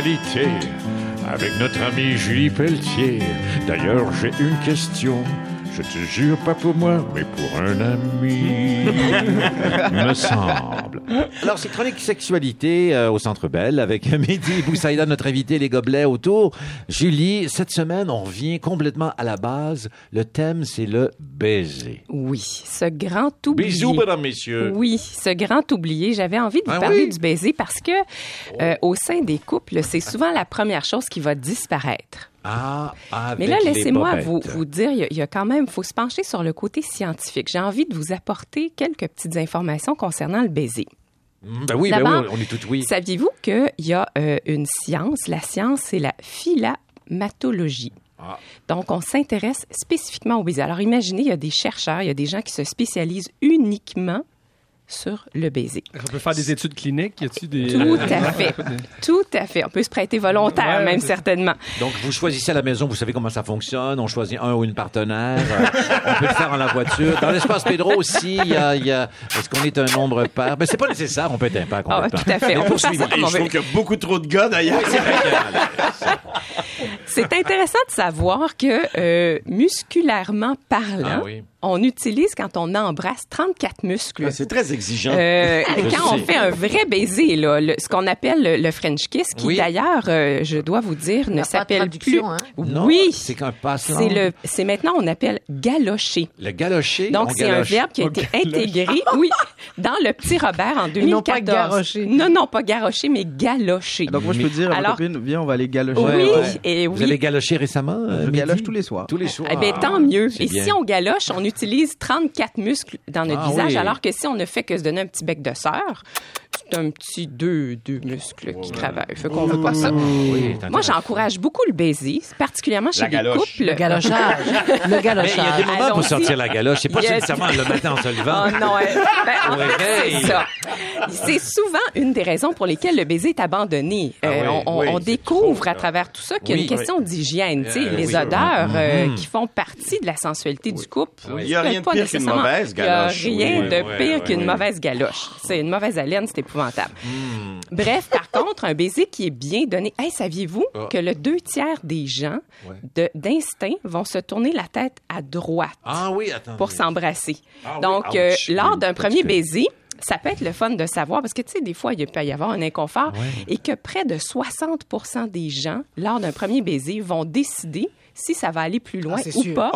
Speaker 11: sexualité avec notre amie Julie Pelletier. D'ailleurs, j'ai une question. Je te jure, pas pour moi, mais pour un ami, me semble.
Speaker 1: Alors, c'est Chronique Sexualité au Centre Bell avec Mehdi Boussaïdan, notre invité, les gobelets autour. Julie, cette semaine, on revient complètement à la base. Le thème, c'est le baiser.
Speaker 5: Oui, ce grand oublié.
Speaker 1: Bisous, mesdames, messieurs.
Speaker 5: Oui, ce grand oublié. J'avais envie de vous parler du baiser parce que au sein des couples, c'est souvent la première chose qui va disparaître. Mais là, laissez-moi vous dire, il y a quand même, il faut se pencher sur le côté scientifique. J'ai envie de vous apporter quelques petites informations concernant le baiser.
Speaker 1: Ben oui, on est tout oui.
Speaker 5: Saviez-vous qu'il y a une science? La science, c'est la philamatologie. Donc, on s'intéresse spécifiquement au baiser. Alors, imaginez, il y a des chercheurs, il y a des gens qui se spécialisent uniquement sur le baiser.
Speaker 6: On peut faire des études cliniques? Y a-t-il des...
Speaker 5: Tout à fait. Tout à fait. On peut se prêter volontaire, même certainement.
Speaker 1: Donc, vous choisissez à la maison, vous savez comment ça fonctionne. On choisit un ou une partenaire. On peut le faire en la voiture. Dans l'espace Pedro aussi, il y a est-ce qu'on est un nombre pair? Ben, c'est pas nécessaire. On peut être impair complètement.
Speaker 5: Tout à fait. On peut faire ça comme on veut.
Speaker 2: Je trouve qu'il y a beaucoup trop de gars, d'ailleurs.
Speaker 5: C'est intéressant de savoir que, musculairement parlant, on utilise, quand on embrasse, 34 muscles.
Speaker 2: C'est très exigeant.
Speaker 5: Quand on fait un vrai baiser, là, ce qu'on appelle le French kiss, qui d'ailleurs, je dois vous dire, ne s'appelle plus...
Speaker 3: Hein?
Speaker 5: Oui.
Speaker 1: C'est qu'un passe-langue.
Speaker 5: C'est maintenant, on appelle galocher.
Speaker 1: Le galocher?
Speaker 5: Donc, c'est un verbe qui a été intégré, dans le Petit Robert en 2014.
Speaker 3: Non, pas garocher.
Speaker 5: Non, pas garocher, mais galocher.
Speaker 4: Donc, moi, je peux dire à ma copine, viens, on va aller galocher.
Speaker 5: Oui, et oui.
Speaker 1: Vous avez galoché récemment?
Speaker 4: Je galoche tous les soirs.
Speaker 1: Tous les soirs.
Speaker 5: Eh bien, tant mieux. Et si on galoche, on utilise 34 muscles dans notre visage, alors que si on ne fait que se donner un petit bec de sœur, c'est un petit deux muscles qui travaillent. Fait qu'on veut pas ça. Moi, j'encourage beaucoup le baiser, particulièrement chez les couples.
Speaker 3: Le galochage.
Speaker 1: Mais il y a des moments pour sortir la galoche. C'est pas nécessairement le matin en se levant.
Speaker 5: Oh non, c'est ça. C'est souvent une des raisons pour lesquelles le baiser est abandonné. On découvre à travers tout ça qu'il y a une question d'hygiène. Les odeurs qui font partie de la sensualité du couple.
Speaker 2: Il n'y a rien de pire qu'une mauvaise galoche.
Speaker 5: Il n'y a rien de pire qu'une mauvaise galoche. C'est une mauvaise haleine, c'est épouvantable. Bref, par contre, un baiser qui est bien donné. Hey, saviez-vous que le 2/3 des gens d'instinct vont se tourner la tête à droite pour s'embrasser? Donc, lors d'un premier baiser, ça peut être le fun de savoir, parce que, tu sais, des fois, il peut y avoir un inconfort, et que près de 60% des gens, lors d'un premier baiser, vont décider si ça va aller plus loin ou pas.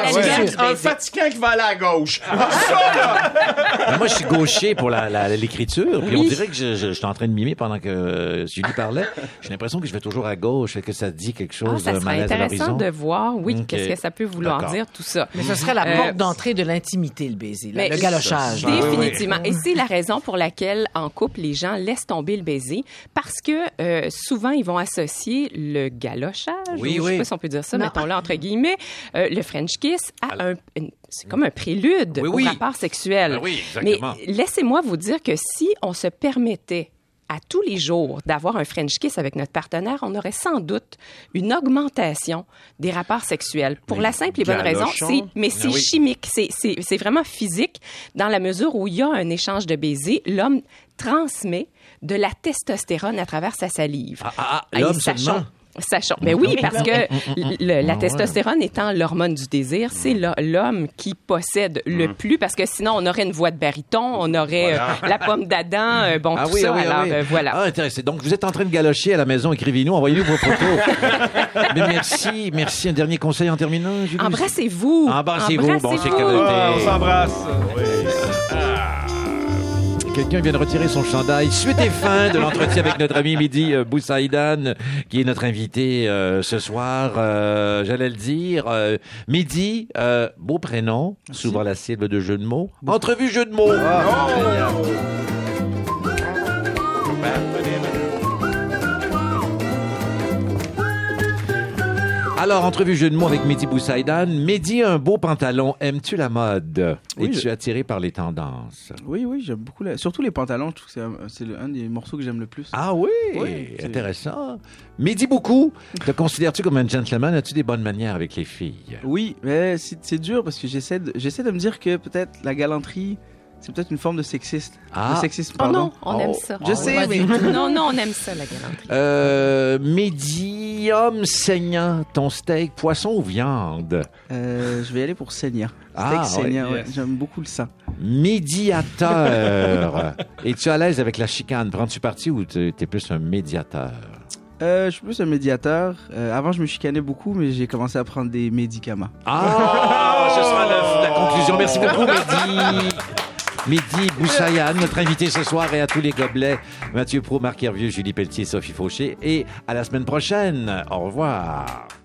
Speaker 2: Un fatigant qui va aller à gauche. Ça, là!
Speaker 1: Moi, je suis gaucher pour l'écriture. Puis on dirait que je suis en train de mimer pendant que Julie parlait. J'ai l'impression que je vais toujours à gauche et que ça dit quelque chose
Speaker 5: de
Speaker 1: malaise à l'horizon.
Speaker 5: Ça serait intéressant de voir, qu'est-ce que ça peut vouloir dire, tout ça.
Speaker 3: Mais ce serait la porte d'entrée de l'intimité, le baiser, le galochage.
Speaker 5: Définitivement. Et c'est la raison pour laquelle, en couple, les gens laissent tomber le baiser, parce que souvent, ils vont associer le galochage, je sais pas si on peut dire ça, mettons-le entre guillemets, le French kiss c'est comme un prélude au rapport sexuel. Mais laissez-moi vous dire que si on se permettait à tous les jours d'avoir un French kiss avec notre partenaire, on aurait sans doute une augmentation des rapports sexuels. Pour la simple et bonne raison, c'est chimique, c'est vraiment physique, dans la mesure où il y a un échange de baisers. L'homme transmet de la testostérone à travers sa salive.
Speaker 1: L'homme seulement?
Speaker 5: Sachant. Mais oui, parce que la testostérone étant l'hormone du désir, c'est l'homme qui possède le plus, parce que sinon, on aurait une voix de baryton, on aurait la pomme d'Adam, tout ça. Alors, voilà.
Speaker 1: Intéressant. Donc, vous êtes en train de galocher à la maison, écrivez-nous, envoyez-nous vos photos. Mais merci. Un dernier conseil en terminant, Julie?
Speaker 5: Embrassez-vous.
Speaker 1: Bon, c'est correct.
Speaker 6: On s'embrasse.
Speaker 1: Oui. Quelqu'un vient de retirer son chandail. Suite et fin de l'entretien avec notre ami Mehdi Boussaïdan, qui est notre invité ce soir. J'allais le dire. Mehdi, beau prénom, souvent la cible de jeu de mots. Entrevue jeu de mots. Alors, entrevue jeu de mots avec Mehdi Boussaïdan. Mehdi, un beau pantalon. Aimes-tu la mode? Es-tu attiré par les tendances?
Speaker 4: Oui, j'aime beaucoup. Surtout les pantalons, je trouve que c'est un des morceaux que j'aime le plus.
Speaker 1: Ah oui? Intéressant. Mehdi, beaucoup. Te considères-tu comme un gentleman? As-tu des bonnes manières avec les filles?
Speaker 4: Oui, mais c'est dur parce que j'essaie de me dire que peut-être la galanterie, C'est peut-être une forme de sexisme.
Speaker 1: Ah.
Speaker 4: De sexisme,
Speaker 5: Oh
Speaker 4: pardon.
Speaker 5: non, on aime ça.
Speaker 4: Je sais, mais...
Speaker 5: Non, on aime ça, la galanterie.
Speaker 1: Médium saignant, ton steak, poisson ou viande?
Speaker 4: Je vais aller pour saignant.
Speaker 1: Ah,
Speaker 4: Steak saignant,
Speaker 1: ouais.
Speaker 4: ouais. J'aime beaucoup le sang.
Speaker 1: Médiateur. Es-tu à l'aise avec la chicane? Prends-tu parti ou t'es plus un médiateur?
Speaker 4: Je suis plus un médiateur. Avant, je me chicanais beaucoup, mais j'ai commencé à prendre des médicaments.
Speaker 1: Ah! Ce sera la conclusion. Merci beaucoup, Mehdi. Mehdi Boussaïan, notre invité ce soir, et à tous les gobelets, Mathieu Pro, Marc Hervieux, Julie Pelletier, Sophie Fauché, et à la semaine prochaine. Au revoir.